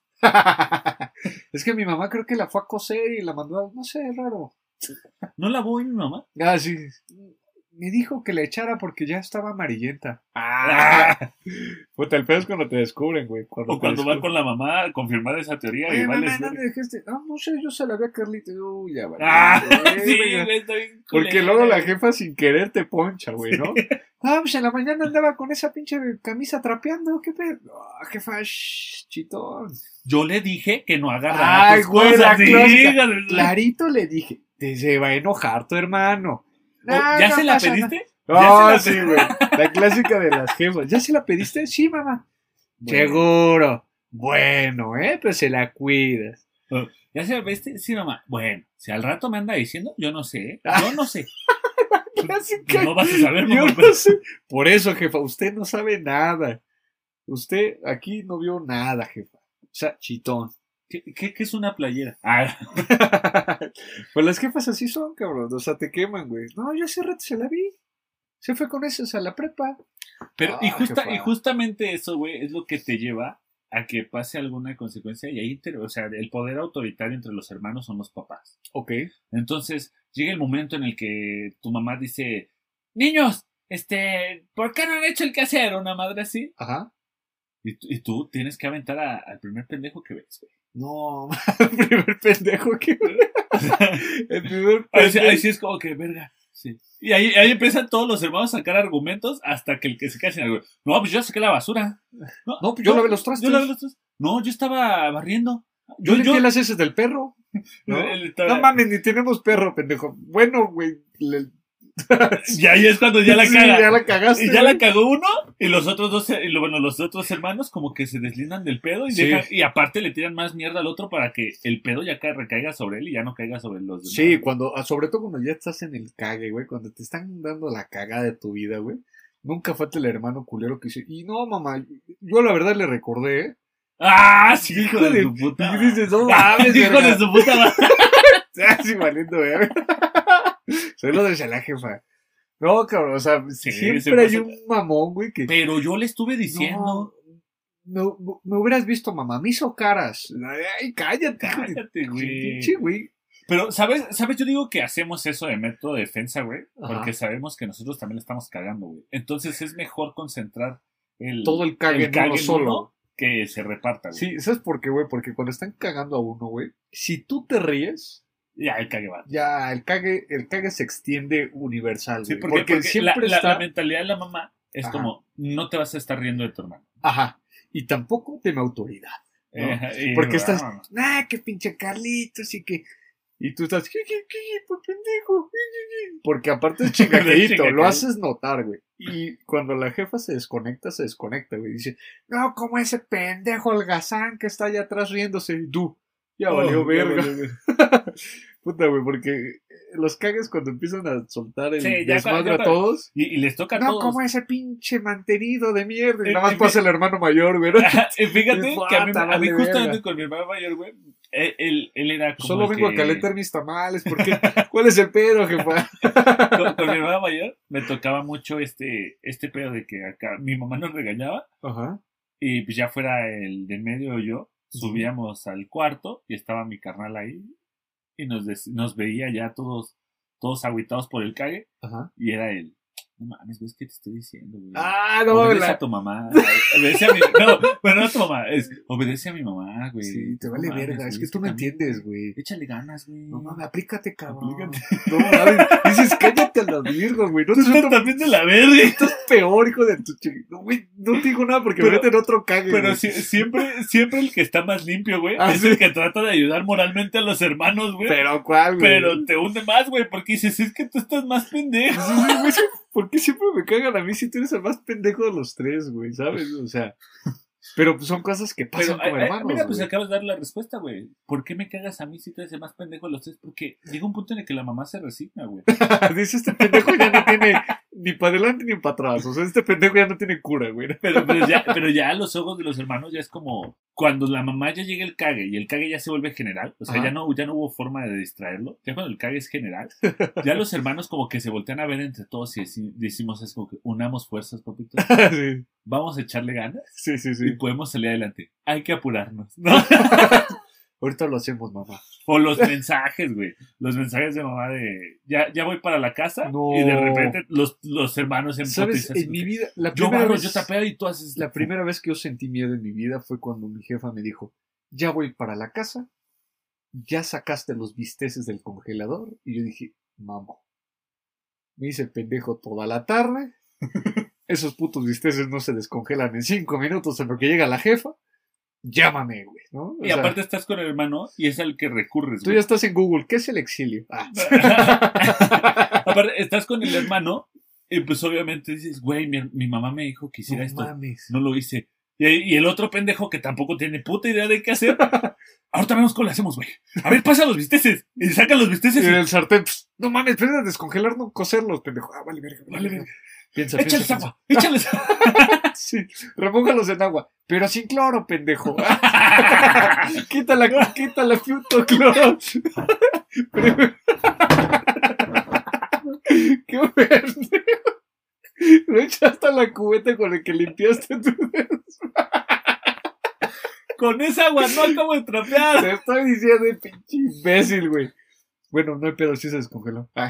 Speaker 4: Es que mi mamá creo que la fue a coser y la mandó a... No sé, raro.
Speaker 2: ¿No la voy mi mamá?
Speaker 4: Ah, sí. Me dijo que le echara porque ya estaba amarillenta.
Speaker 2: Ah.
Speaker 4: Puta, el pedo es cuando te descubren, güey. Cuando
Speaker 2: O
Speaker 4: te
Speaker 2: cuando va
Speaker 4: descubren.
Speaker 2: con la mamá a confirmar esa teoría
Speaker 4: Oye,
Speaker 2: y vale.
Speaker 4: mamá, ¿dónde dejaste? Ah, no sé, yo se la vi a Carlita. Uy, ya vale.
Speaker 2: Ah,
Speaker 4: Güey,
Speaker 2: sí,
Speaker 4: güey.
Speaker 2: güey, está bien
Speaker 4: Porque
Speaker 2: culera.
Speaker 4: luego la jefa sin querer te poncha, güey, ¿no? Ah, pues en la mañana andaba con esa pinche camisa trapeando. ¿Qué pedo? Ah, jefa, shh, chitón.
Speaker 2: Yo le dije que no agarrara
Speaker 4: Ay,
Speaker 2: tus
Speaker 4: güey,
Speaker 2: cosas.
Speaker 4: la
Speaker 2: Sí,
Speaker 4: clásica.
Speaker 2: híjole.
Speaker 4: Clarito le dije, te se va a enojar tu hermano.
Speaker 2: O,
Speaker 4: "Ah,
Speaker 2: ¿Ya
Speaker 4: no
Speaker 2: se la
Speaker 4: pasa
Speaker 2: pediste?
Speaker 4: nada". Ah,
Speaker 2: ¿Ya se
Speaker 4: sí,
Speaker 2: la
Speaker 4: güey. La clásica de las jefas. ¿Ya se la pediste? Sí, mamá. Seguro. Bueno, ¿eh? Pues se la cuidas.
Speaker 2: Uh, ¿Ya se viste? Sí, mamá. Bueno, si al rato me anda diciendo, yo no sé. ¿eh? Yo no sé.
Speaker 4: Clásica.
Speaker 2: No vas a saber, mamá.
Speaker 4: Yo no sé. Por eso, jefa, usted no sabe nada. Usted aquí no vio nada, jefa. O sea, chitón.
Speaker 2: ¿Qué, qué, qué es una playera? Ah.
Speaker 4: Pues las jefas así son, cabrón. O sea, te queman, güey. No, yo hace rato se la vi. Se fue con esas a la prepa.
Speaker 2: Pero,
Speaker 4: Ah,
Speaker 2: y, justa,
Speaker 4: jefa.
Speaker 2: y justamente eso, güey, es lo que te lleva a que pase alguna consecuencia. Y ahí, te, o sea, el poder autoritario entre los hermanos son los papás.
Speaker 4: Ok.
Speaker 2: Entonces, llega el momento en el que tu mamá dice, niños, este, ¿por qué no han hecho el quehacer? Una madre así.
Speaker 4: Ajá.
Speaker 2: Y, y tú tienes que aventar a, al primer pendejo que ves, güey.
Speaker 4: No, el primer pendejo que... el primer
Speaker 2: Ahí, sí-
Speaker 4: pendejo.
Speaker 2: ahí sí es como que, verga. Sí. Y ahí, ahí empiezan todos los hermanos a sacar argumentos hasta que el que se queda sin algo. No, pues yo saqué la basura. No,
Speaker 4: No, pues yo lavé los trastes.
Speaker 2: Yo lavé los trastes. No, yo estaba barriendo.
Speaker 4: Yo limpié las heces del perro. No,
Speaker 2: Él estaba-
Speaker 4: no mames, ni tenemos perro, pendejo. Bueno, güey. le-
Speaker 2: Y ahí es cuando ya la
Speaker 4: Sí,
Speaker 2: caga.
Speaker 4: ya la cagaste.
Speaker 2: Y ya
Speaker 4: güey.
Speaker 2: la cagó uno, y los otros dos, y lo- bueno, los otros hermanos como que se deslindan del pedo y
Speaker 4: Sí.
Speaker 2: dejan, y aparte le tiran más mierda al otro para que el pedo ya ca- recaiga sobre él y ya no caiga sobre los demás.
Speaker 4: Sí, cuando, ah, sobre todo cuando ya estás en el cague, güey, cuando te están dando la cagada de tu vida, güey. Nunca falta el hermano culero que dice, y no, mamá, yo la verdad le recordé, ¿eh?
Speaker 2: ¡Ah, sí, hijo,
Speaker 4: Hijo
Speaker 2: de,
Speaker 4: de-
Speaker 2: su puta!
Speaker 4: Y dices, no
Speaker 2: ¡Ah,
Speaker 4: mames,
Speaker 2: hijo
Speaker 4: verga.
Speaker 2: de su puta madre!
Speaker 4: Así valiendo, güey. Soy lo de la jefa. No, cabrón, o sea,
Speaker 2: Sí,
Speaker 4: siempre
Speaker 2: se
Speaker 4: hay
Speaker 2: pasa-
Speaker 4: un mamón, güey, que...
Speaker 2: Pero yo le estuve diciendo.
Speaker 4: No, no, me hubieras visto, mamá, me hizo caras. Ay, cállate, hijo de-
Speaker 2: Cállate, güey.
Speaker 4: Pinche, güey.
Speaker 2: Pero, ¿sabes? ¿sabes? Yo digo que hacemos eso de método de defensa, güey.
Speaker 4: Ajá.
Speaker 2: Porque sabemos que nosotros también le estamos cagando, güey. Entonces es mejor concentrar el,
Speaker 4: Todo el cague en uno
Speaker 2: en
Speaker 4: solo.
Speaker 2: uno que se reparta, güey.
Speaker 4: Sí, ¿sabes por qué, güey? Porque cuando están cagando a uno, güey, si tú te ríes,
Speaker 2: Ya, el cague va.
Speaker 4: ya el cague, el cague se extiende universal,
Speaker 2: Sí,
Speaker 4: güey.
Speaker 2: porque, porque
Speaker 4: siempre
Speaker 2: la, la-
Speaker 4: está...
Speaker 2: la mentalidad de la mamá es
Speaker 4: Ajá.
Speaker 2: como, no te vas a estar riendo de tu hermano.
Speaker 4: Ajá. Y tampoco de mi autoridad. ¿no?
Speaker 2: Eh, y-
Speaker 4: Porque estás,
Speaker 2: ah,
Speaker 4: ah, que pinche Carlitos y que... Y tú estás, ¿qué, qué, qué, por pendejo? Porque aparte es chingaquedito,
Speaker 2: Chingaquedito.
Speaker 4: lo haces notar, güey. Y cuando la jefa se desconecta, se desconecta, güey. Dice, no, como ese pendejo holgazán que está allá atrás riéndose. Y tú, ya valió
Speaker 2: oh,
Speaker 4: verga.
Speaker 2: ya valió verga.
Speaker 4: Puta, güey, porque los cagues cuando empiezan a soltar el
Speaker 2: Sí, ya
Speaker 4: desmadre
Speaker 2: cuando-
Speaker 4: a todos.
Speaker 2: Y, y les toca a
Speaker 4: No,
Speaker 2: todos.
Speaker 4: como ese pinche mantenido de mierda. Y
Speaker 2: Eh,
Speaker 4: nada más
Speaker 2: eh,
Speaker 4: pasa el hermano mayor, güey.
Speaker 2: Y fíjate que a mí,
Speaker 4: Puta,
Speaker 2: a mí
Speaker 4: vale
Speaker 2: justamente
Speaker 4: verga.
Speaker 2: con mi hermano mayor, güey, él, él, él era como
Speaker 4: Solo
Speaker 2: el
Speaker 4: vengo
Speaker 2: que-
Speaker 4: a calentar mis tamales, porque ¿cuál es el pedo, jefa?
Speaker 2: con, con mi hermano mayor me tocaba mucho este, este pedo de que acá mi mamá nos regañaba
Speaker 4: Ajá.
Speaker 2: y pues ya fuera el de medio o yo, subíamos al cuarto y estaba mi carnal ahí y nos, des- nos veía ya todos, todos agüitados por el cague
Speaker 4: Ajá.
Speaker 2: y era el, no mames, ¿ves qué te estoy diciendo, güey?
Speaker 4: Ah, no,
Speaker 2: Obedece
Speaker 4: la...
Speaker 2: a tu mamá. Obedece a mi... No, bueno, no a tu mamá. Es, obedece a mi mamá, güey.
Speaker 4: Sí, te
Speaker 2: No
Speaker 4: vale
Speaker 2: mames,
Speaker 4: verga. Es
Speaker 2: güey,
Speaker 4: que tú no
Speaker 2: también,
Speaker 4: entiendes,
Speaker 2: güey.
Speaker 4: güey.
Speaker 2: Échale ganas, güey.
Speaker 4: No mames, aplícate, cabrón.
Speaker 2: Aplícate.
Speaker 4: No mames. Dices, cállate a los virgos, güey. No te
Speaker 2: Tú estás
Speaker 4: siento
Speaker 2: también de la verga.
Speaker 4: estás peor, hijo de tu chico. No, güey, no te digo nada porque
Speaker 2: Pero-
Speaker 4: me meten otro cague.
Speaker 2: Pero
Speaker 4: güey.
Speaker 2: si- siempre, siempre el que está más limpio, güey,
Speaker 4: Ah,
Speaker 2: es
Speaker 4: sí.
Speaker 2: el que trata de ayudar moralmente a los hermanos, güey.
Speaker 4: Pero cuál, güey.
Speaker 2: Pero te hunde más, güey, porque dices, es que tú estás más pendejo.
Speaker 4: Sí, sí, güey, sí, ¿por qué siempre me cagan a mí si tú eres el más pendejo de los tres, güey? ¿Sabes? O sea. Pero pues, son cosas que pasan
Speaker 2: Pero,
Speaker 4: como
Speaker 2: ay, ay,
Speaker 4: hermanos.
Speaker 2: mira, pues
Speaker 4: güey.
Speaker 2: acabas de dar la respuesta, güey. ¿Por qué me cagas a mí si tú eres el más pendejo de los tres? Porque llega un punto en el que la mamá se resigna, güey.
Speaker 4: Dice, este pendejo ya no tiene ni para adelante ni para atrás. O sea, este pendejo ya no tiene cura, güey.
Speaker 2: Pero, pero, ya, pero ya a los ojos de los hermanos ya es como cuando la mamá ya llega el cague y el cague ya se vuelve general, o sea,
Speaker 4: Ajá.
Speaker 2: ya no, ya no hubo forma de distraerlo, ya cuando el cague es general, ya los hermanos como que se voltean a ver entre todos y deci- decimos es como que unamos fuerzas, papito,
Speaker 4: sí,
Speaker 2: vamos a echarle ganas
Speaker 4: sí, sí.
Speaker 2: y
Speaker 4: sí.
Speaker 2: podemos salir adelante. Hay que apurarnos, ¿no?
Speaker 4: Ahorita lo hacemos, mamá.
Speaker 2: O los mensajes, güey, los mensajes de mamá de ya, ya voy para la casa
Speaker 4: No.
Speaker 2: y de repente los, los hermanos en
Speaker 4: ¿Sabes?
Speaker 2: potencia,
Speaker 4: En mi vida, la
Speaker 2: yo
Speaker 4: primera,
Speaker 2: barro,
Speaker 4: vez,
Speaker 2: yo trapeo y tú haces
Speaker 4: la primera vez que yo sentí miedo en mi vida fue cuando mi jefa me dijo, ya voy para la casa, ya sacaste los bisteces del congelador. Y yo dije, mamá, me hice pendejo toda la tarde. Esos putos bisteces no se descongelan en cinco minutos en lo que llega la jefa. Llámame, güey, ¿no? O
Speaker 2: Y
Speaker 4: sea,
Speaker 2: aparte estás con el hermano y es al que recurres,
Speaker 4: tú
Speaker 2: güey.
Speaker 4: ya estás en Google. ¿Qué es el exilio? Ah.
Speaker 2: Aparte, estás con el hermano y pues obviamente dices, güey, mi, mi mamá me dijo que hiciera
Speaker 4: No
Speaker 2: esto.
Speaker 4: mames.
Speaker 2: No lo hice. Y, y el otro pendejo que tampoco tiene puta idea de qué hacer. Ahorita vemos cómo lo hacemos, güey. A ver, pasa los bisteces. Y sacan los bisteces.
Speaker 4: Y
Speaker 2: Y...
Speaker 4: el sartén, pss, no mames, espera, descongelar, no cocerlos, pendejo. Ah, vale, verga, vale, verga. Piensa,
Speaker 2: Échales
Speaker 4: piensa,
Speaker 2: agua, échales
Speaker 4: Sí, remójalos en agua, pero sin cloro, pendejo. quítala, quítala, puto cloro. Pero... Qué pendejo. Lo echaste a la cubeta con el que limpiaste tus dedos.
Speaker 2: Con esa agua no acabo de trapear.
Speaker 4: Te estoy diciendo, pinche imbécil, güey. Bueno, no hay pedo, sí se descongeló. Ay.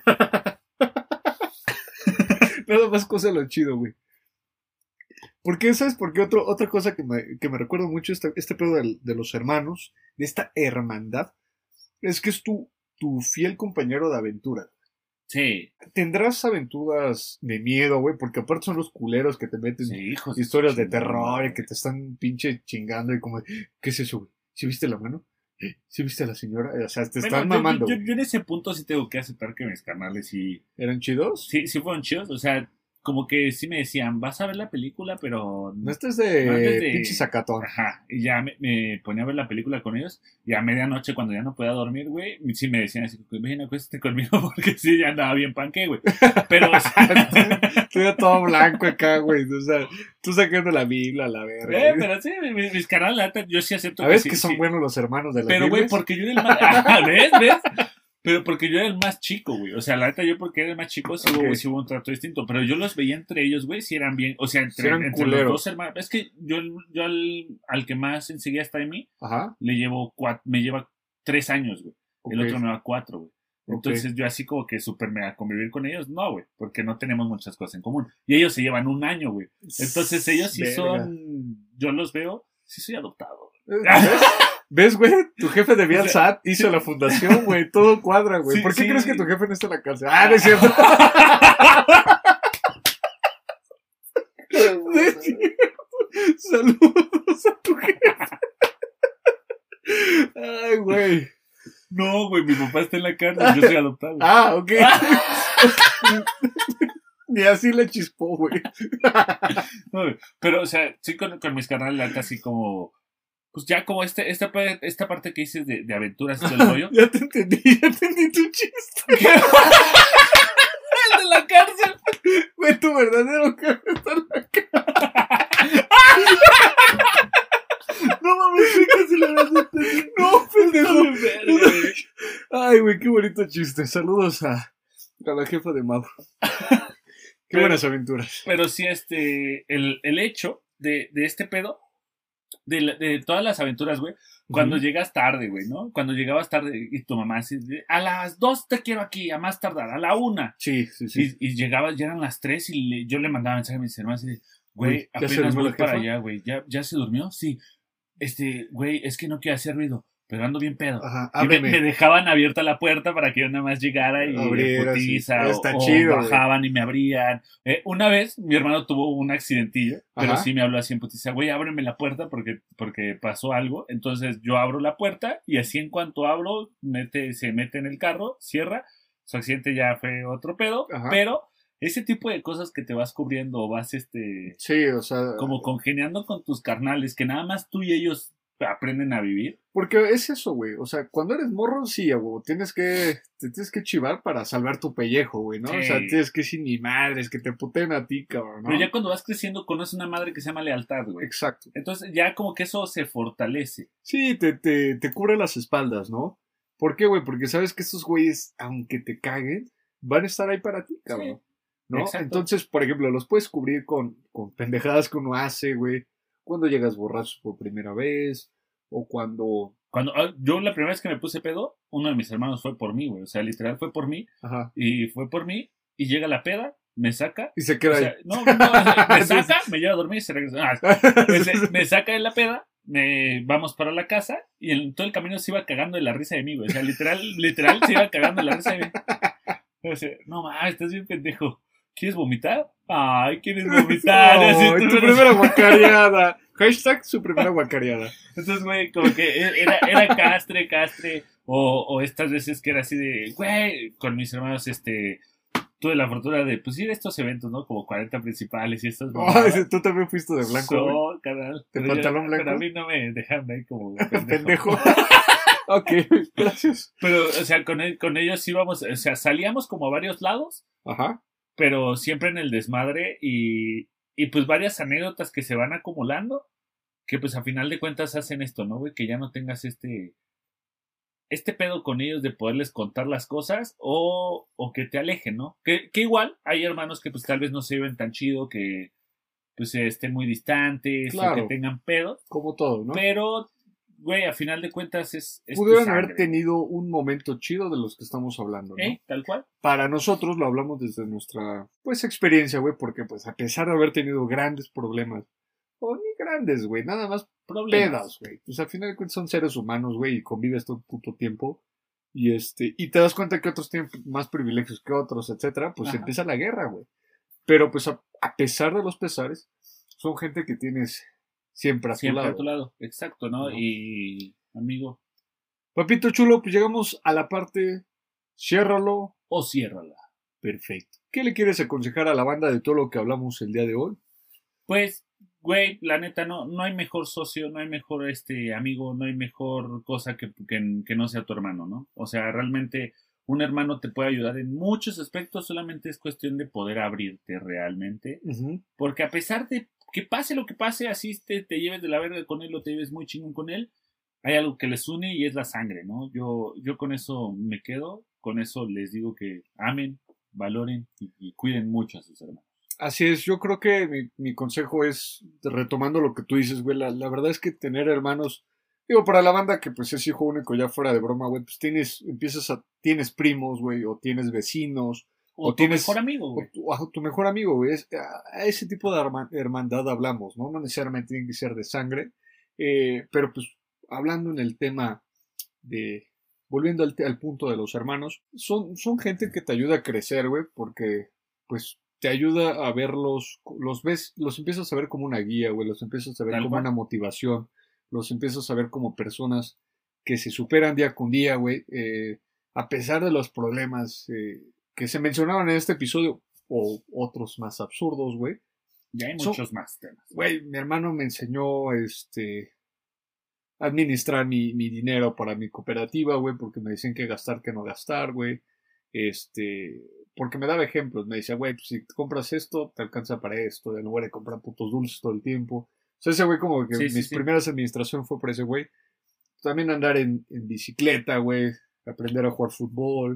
Speaker 4: Nada más cosa lo chido, güey. Porque, ¿sabes por qué? Otro, otra cosa que me, que me recuerdo mucho, este, este pedo de, de los hermanos, de esta hermandad, es que es tu, tu fiel compañero de aventura.
Speaker 2: Sí.
Speaker 4: Tendrás aventuras de miedo, güey, porque aparte son los culeros que te meten
Speaker 2: Sí, hijos.
Speaker 4: historias de terror y que te están pinche chingando y como, ¿qué es eso, güey? ¿Sí viste la mano? ¿Sí viste a la señora? O sea, te
Speaker 2: Bueno,
Speaker 4: están
Speaker 2: yo,
Speaker 4: mamando.
Speaker 2: Yo, yo, yo en ese punto sí tengo que aceptar que mis canales sí...
Speaker 4: ¿Eran chidos?
Speaker 2: Sí, sí fueron chidos. O sea, como que sí me decían, vas a ver la película, pero...
Speaker 4: No estés de,
Speaker 2: no estés de...
Speaker 4: pinche sacatón.
Speaker 2: Ajá. Y ya me, me ponía a ver la película con ellos. Y a medianoche, cuando ya no podía dormir, güey, sí me decían así, ven, acuéstate conmigo, porque sí, ya andaba bien panque, güey. Pero... O sea,
Speaker 4: estoy todo blanco acá, güey. O sea, tú sacando la Biblia, la verga.
Speaker 2: Eh, pero sí, mis, mis canales, la neta, yo sí acepto
Speaker 4: a ver,
Speaker 2: que sí,
Speaker 4: que son
Speaker 2: sí.
Speaker 4: buenos los hermanos de la
Speaker 2: Pero, güey, porque yo era el más... Ajá, ¿ves? ¿Ves? Pero porque yo era el más chico, güey. O sea, la neta, yo porque era el más chico, sí,
Speaker 4: okay.
Speaker 2: hubo, sí hubo un trato distinto. Pero yo los veía entre ellos, güey, sí eran bien... O sea, entre,
Speaker 4: sí eran
Speaker 2: entre
Speaker 4: los
Speaker 2: dos hermanos... Es que yo, yo al, al que más enseguida está en mí,
Speaker 4: Ajá.
Speaker 2: le llevo cuatro, me lleva tres años, güey. Okay. El otro me va cuatro, güey. Entonces okay. yo así como que súper mega convivir con ellos, no, güey, porque no tenemos muchas cosas en común. Y ellos se llevan un año, güey. Entonces ellos sí verga. Son... Yo los veo, sí soy adoptado.
Speaker 4: ¿Ves? ¿Ves, güey? Tu jefe de Vial S A T hizo la fundación, güey. Todo cuadra, güey. Sí, ¿por qué sí. crees que tu jefe no está en la cárcel? Ah, no es cierto. No es cierto. Saludos a tu jefe. Ay, güey.
Speaker 2: No, güey, mi papá está en la cárcel, yo soy adoptado.
Speaker 4: Ah, ok. Ni así le chispó, güey.
Speaker 2: No, pero, o sea, sí con, con mis canales, casi como... Pues ya como este, esta, esta parte que dices de, de aventuras y todo el rollo.
Speaker 4: Ya te entendí, ya entendí tu chiste.
Speaker 2: El de la cárcel.
Speaker 4: Güey, tu verdadero jefe está en la cárcel.
Speaker 2: No mames, sí que se le vas a entender.
Speaker 4: No, pendejo. Ay, güey, qué bonito chiste. Saludos a, a la jefa de Mauro. Qué pero, buenas aventuras.
Speaker 2: Pero sí, este, el, el hecho de, de este pedo, de, la, de todas las aventuras, güey, cuando uh-huh. llegas tarde, güey, ¿no? Cuando llegabas tarde y tu mamá así, a las dos te quiero aquí, a más tardar, a la una.
Speaker 4: Sí, sí, sí.
Speaker 2: Y, y llegabas, ya eran las tres y le, yo le mandaba mensaje a mis hermanos y güey, apenas voy para allá, güey, ¿ya, ¿ya se durmió? Sí. Este, güey, es que no quiero hacer ruido, pero ando bien pedo.
Speaker 4: Ajá,
Speaker 2: y me, me dejaban abierta la puerta para que yo nada más llegara y
Speaker 4: Abriera,
Speaker 2: putiza,
Speaker 4: sí.
Speaker 2: o,
Speaker 4: Está
Speaker 2: o
Speaker 4: chido,
Speaker 2: bajaban
Speaker 4: güey.
Speaker 2: Y me abrían. Eh, una vez mi hermano tuvo un accidentillo, pero
Speaker 4: Ajá.
Speaker 2: sí me habló así en putiza, güey, ábreme la puerta porque, porque pasó algo. Entonces yo abro la puerta y así en cuanto abro, mete, se mete en el carro, cierra. Su accidente ya fue otro pedo, Ajá. pero... Ese tipo de cosas que te vas cubriendo o vas, este...
Speaker 4: Sí, o sea...
Speaker 2: Como congeniando con tus carnales, que nada más tú y ellos aprenden a vivir.
Speaker 4: Porque es eso, güey. O sea, cuando eres morro, sí, güey. Tienes que... Te tienes que chivar para salvar tu pellejo, güey, ¿no? Sí. O sea, tienes que sin ni madres, que te puten a ti, cabrón, ¿no?
Speaker 2: Pero ya cuando vas creciendo, conoces una madre que se llama lealtad, güey.
Speaker 4: Exacto.
Speaker 2: Entonces ya como que eso se fortalece.
Speaker 4: Sí, te, te, te cubre las espaldas, ¿no? ¿Por qué, güey? Porque sabes que estos güeyes, aunque te caguen, van a estar ahí para ti, cabrón. Sí. ¿No? Exacto. Entonces, por ejemplo, los puedes cubrir con, con pendejadas que uno hace, güey. Cuando llegas borracho por primera vez. O cuando...
Speaker 2: Cuando yo la primera vez que me puse pedo, uno de mis hermanos fue por mí, güey. O sea, literal fue por mí.
Speaker 4: Ajá.
Speaker 2: Y fue por mí. Y llega la peda, me saca.
Speaker 4: Y se queda
Speaker 2: o sea,
Speaker 4: ahí.
Speaker 2: No, no, me saca, me lleva a dormir y se regresa. Ah, me, me saca de la peda. Me, vamos para la casa. Y en todo el camino se iba cagando de la risa de mí, güey. O sea, literal, literal se iba cagando de la risa de mí. O sea, no mames, estás bien pendejo. ¿Quieres vomitar? Ay, ¿quieres vomitar?
Speaker 4: No,
Speaker 2: Así,
Speaker 4: tu primera guacareada. Hashtag su primera guacareada.
Speaker 2: Entonces, güey, como que era, era castre, castre. O, o estas veces que era así de, güey, con mis hermanos, este, tuve la fortuna de pues ir a estos eventos, ¿no? Como cuarenta principales y estas.
Speaker 4: Oh, tú también fuiste de blanco, güey.
Speaker 2: So, carnal.
Speaker 4: ¿De
Speaker 2: Pero
Speaker 4: pantalón
Speaker 2: yo-
Speaker 4: blanco?
Speaker 2: Pero a mí no me dejan ahí como pendejo.
Speaker 4: Pendejo. Ok, gracias.
Speaker 2: Pero, o sea, con, el- con ellos íbamos, o sea, salíamos como a varios lados,
Speaker 4: Ajá.
Speaker 2: pero siempre en el desmadre y, y pues varias anécdotas que se van acumulando, que pues a final de cuentas hacen esto, ¿no, güey? Que ya no tengas este, este pedo con ellos de poderles contar las cosas o, o que te alejen, ¿no? Que, que igual hay hermanos que pues tal vez no se lleven tan chido, que pues estén muy distantes
Speaker 4: Claro.
Speaker 2: o que tengan pedos,
Speaker 4: Como todo, ¿no?
Speaker 2: pero, güey, a final de cuentas es... es tu
Speaker 4: Pudieron
Speaker 2: sangre,
Speaker 4: haber tenido un momento chido de los que estamos hablando, ¿no?
Speaker 2: ¿eh? Tal cual.
Speaker 4: Para nosotros lo hablamos desde nuestra, pues, experiencia, güey, porque, pues, a pesar de haber tenido grandes problemas, o ni grandes, güey, nada más
Speaker 2: Problemas.
Speaker 4: pedas, güey, pues, al final de cuentas son seres humanos, güey, y convives todo el puto tiempo, y este, y te das cuenta que otros tienen más privilegios que otros, etcétera, pues
Speaker 2: Ajá.
Speaker 4: empieza la guerra, güey. Pero, pues, a, a pesar de los pesares, son gente que tienes siempre a tu
Speaker 2: Siempre
Speaker 4: lado.
Speaker 2: a tu lado, exacto, ¿no?
Speaker 4: Ajá.
Speaker 2: Y, amigo,
Speaker 4: Papito chulo, pues llegamos a la parte, ciérralo,
Speaker 2: o ciérrala.
Speaker 4: perfecto. ¿Qué le quieres aconsejar a la banda de todo lo que hablamos el día de hoy?
Speaker 2: Pues, güey, la neta, no, no hay mejor socio, no hay mejor este amigo, no hay mejor cosa que, que, que no sea tu hermano, ¿no? O sea, realmente un hermano te puede ayudar en muchos aspectos, solamente es cuestión de poder abrirte realmente.
Speaker 4: Ujú.
Speaker 2: Porque a pesar de que pase lo que pase, así te, te lleves de la verga con él o te lleves muy chingón con él, hay algo que les une y es la sangre, ¿no? Yo, yo con eso me quedo, con eso les digo que amen, valoren y, y cuiden mucho a sus hermanos.
Speaker 4: Así es, yo creo que mi, mi consejo es, retomando lo que tú dices, güey, la, la verdad es que tener hermanos, digo, para la banda que pues es hijo único, ya fuera de broma, güey, pues tienes, empiezas a, tienes primos, güey, o tienes vecinos,
Speaker 2: O,
Speaker 4: O
Speaker 2: tu
Speaker 4: tienes-
Speaker 2: mejor amigo,
Speaker 4: o
Speaker 2: güey.
Speaker 4: tu, a tu mejor amigo, güey, es- a, a ese tipo de herma- hermandad hablamos, ¿no? No necesariamente tiene que ser de sangre, eh, pero pues hablando en el tema de, volviendo al, te- al punto de los hermanos, son, son gente que te ayuda a crecer, güey, porque pues te ayuda a verlos, los ves, los empiezas a ver como una guía, güey, los empiezas a ver
Speaker 2: Tal
Speaker 4: como
Speaker 2: cual.
Speaker 4: una motivación, los empiezas a ver como personas que se superan día con día, güey, eh, a pesar de los problemas eh, que se mencionaron en este episodio, o otros más absurdos, güey.
Speaker 2: Ya hay
Speaker 4: Son-
Speaker 2: muchos más temas.
Speaker 4: Güey, mi hermano me enseñó, este, a administrar mi, mi dinero para mi cooperativa, güey, porque me decían que gastar, que no gastar, güey. Este, porque me daba ejemplos, me decía, güey, pues si compras esto, te alcanza para esto, en lugar de comprar putos dulces todo el tiempo. O sea, ese güey como que
Speaker 2: Sí, sí,
Speaker 4: mis
Speaker 2: sí.
Speaker 4: primeras administraciones fue por ese güey. También andar en, en bicicleta, güey, aprender a jugar fútbol,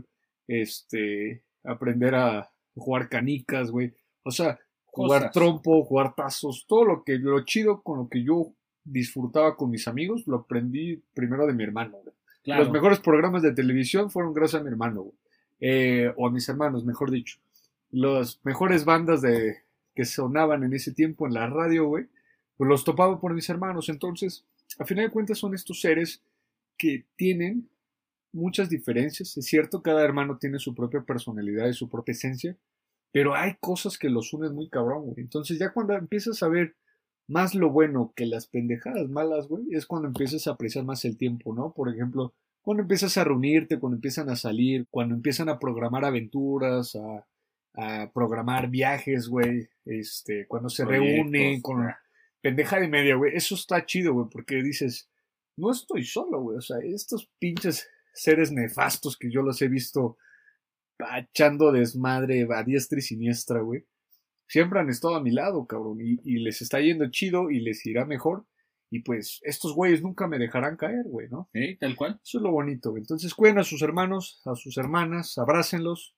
Speaker 4: este, aprender a jugar canicas, güey. O sea, jugar
Speaker 2: Cosas.
Speaker 4: trompo, jugar tazos, todo lo que, lo chido con lo que yo disfrutaba con mis amigos, lo aprendí primero de mi hermano, güey.
Speaker 2: Claro.
Speaker 4: Los mejores programas de televisión fueron gracias a mi hermano, güey. Eh, o a mis hermanos, mejor dicho. Las mejores bandas de que sonaban en ese tiempo en la radio, güey, pues los topaba por mis hermanos. Entonces, a final de cuentas son estos seres que tienen muchas diferencias. Es cierto, cada hermano tiene su propia personalidad y su propia esencia, pero hay cosas que los unen muy cabrón, güey. Entonces ya cuando empiezas a ver más lo bueno que las pendejadas malas, güey, es cuando empiezas a apreciar más el tiempo, ¿no? Por ejemplo, cuando empiezas a reunirte, cuando empiezan a salir, cuando empiezan a programar aventuras, a, a programar viajes, güey, este, cuando se
Speaker 2: Proyectos,
Speaker 4: reúnen con
Speaker 2: ya.
Speaker 4: pendeja de media, güey, eso está chido, güey, porque dices, no estoy solo, güey, o sea, estos pinches seres nefastos que yo los he visto echando desmadre a diestra y siniestra, güey, siempre han estado a mi lado, cabrón, y, y les está yendo chido y les irá mejor, y pues estos güeyes nunca me dejarán caer, güey, ¿no?
Speaker 2: ¿Eh? Tal cual.
Speaker 4: Eso es lo bonito, güey. Entonces cuiden a sus hermanos, a sus hermanas, abrácenlos,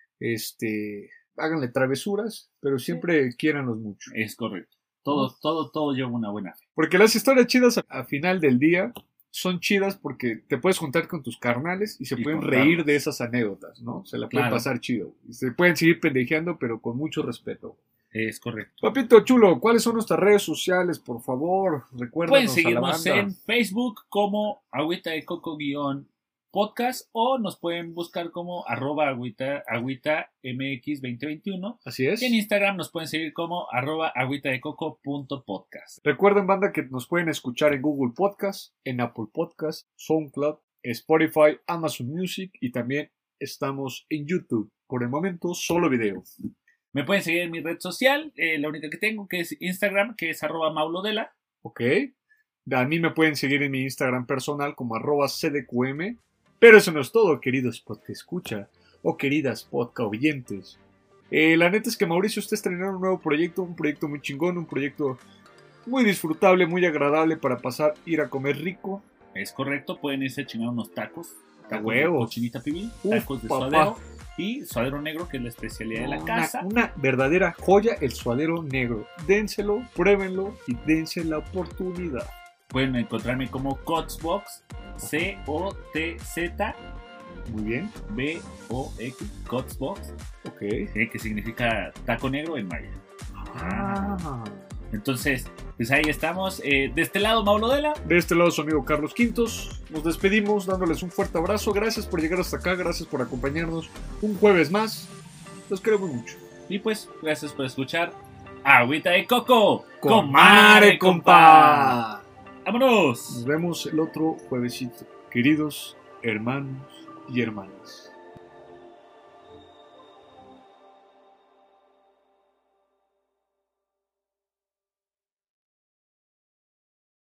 Speaker 4: este, háganle travesuras, pero siempre quiéranlos mucho.
Speaker 2: Es correcto. Todo, todo, todo lleva una buena fe.
Speaker 4: Porque las historias chidas a, a final del día son chidas porque te puedes juntar con tus carnales y se
Speaker 2: Y
Speaker 4: pueden
Speaker 2: contarlas.
Speaker 4: reír de esas anécdotas, ¿no? Se la pueden
Speaker 2: Claro.
Speaker 4: pasar chido. Y se pueden seguir pendejeando, pero con mucho respeto.
Speaker 2: Es correcto.
Speaker 4: Papito chulo, ¿cuáles son nuestras redes sociales? Por favor, recuérdanos
Speaker 2: Pueden
Speaker 4: a la
Speaker 2: seguirnos
Speaker 4: banda.
Speaker 2: en Facebook como Agüita de Coco guión podcast o nos pueden buscar como arroba agüita, agüita mx veinte veintiuno.
Speaker 4: Así es.
Speaker 2: Y en Instagram nos pueden seguir como arroba agüitadecoco.podcast.
Speaker 4: Recuerden, banda, que nos pueden escuchar en Google Podcast, en Apple Podcast, SoundCloud, Spotify, Amazon Music y también estamos en YouTube por el momento solo video.
Speaker 2: Me pueden seguir en mi red social, eh, la única que tengo, que es Instagram, que es arroba maulodela.
Speaker 4: Ok. A mí me pueden seguir en mi Instagram personal como arroba cdqm. Pero eso no es todo, queridos podcast escucha o queridas podcast oyentes. Eh, la neta es que Mauricio está estrenando un nuevo proyecto, un proyecto muy chingón, un proyecto muy disfrutable, muy agradable para pasar, ir a comer rico.
Speaker 2: Es correcto, pueden irse a chingar unos tacos. Tacos
Speaker 4: huevos.
Speaker 2: de cochinita pibil,
Speaker 4: Uf,
Speaker 2: tacos de
Speaker 4: papá.
Speaker 2: suadero y suadero negro, que es la especialidad de la
Speaker 4: Una-
Speaker 2: casa.
Speaker 4: Una, verdadera joya, el suadero negro. Dénselo, pruébenlo y dense la oportunidad.
Speaker 2: Pueden encontrarme como Cotsbox, C O T Z
Speaker 4: Muy bien,
Speaker 2: B O X, Cotsbox,
Speaker 4: ok.
Speaker 2: eh, que significa taco negro en maya.
Speaker 4: Ah.
Speaker 2: Entonces, pues ahí estamos. Eh, de este lado, Maulodela.
Speaker 4: De este lado su amigo Carlos Quintos. Nos despedimos dándoles un fuerte abrazo. Gracias por llegar hasta acá, gracias por acompañarnos un jueves más. Los queremos mucho.
Speaker 2: Y pues, gracias por escuchar Agüita de Coco.
Speaker 4: ¡Comare, compa!
Speaker 2: ¡Vámonos!
Speaker 4: Nos vemos el otro juevesito. Queridos hermanos y hermanas.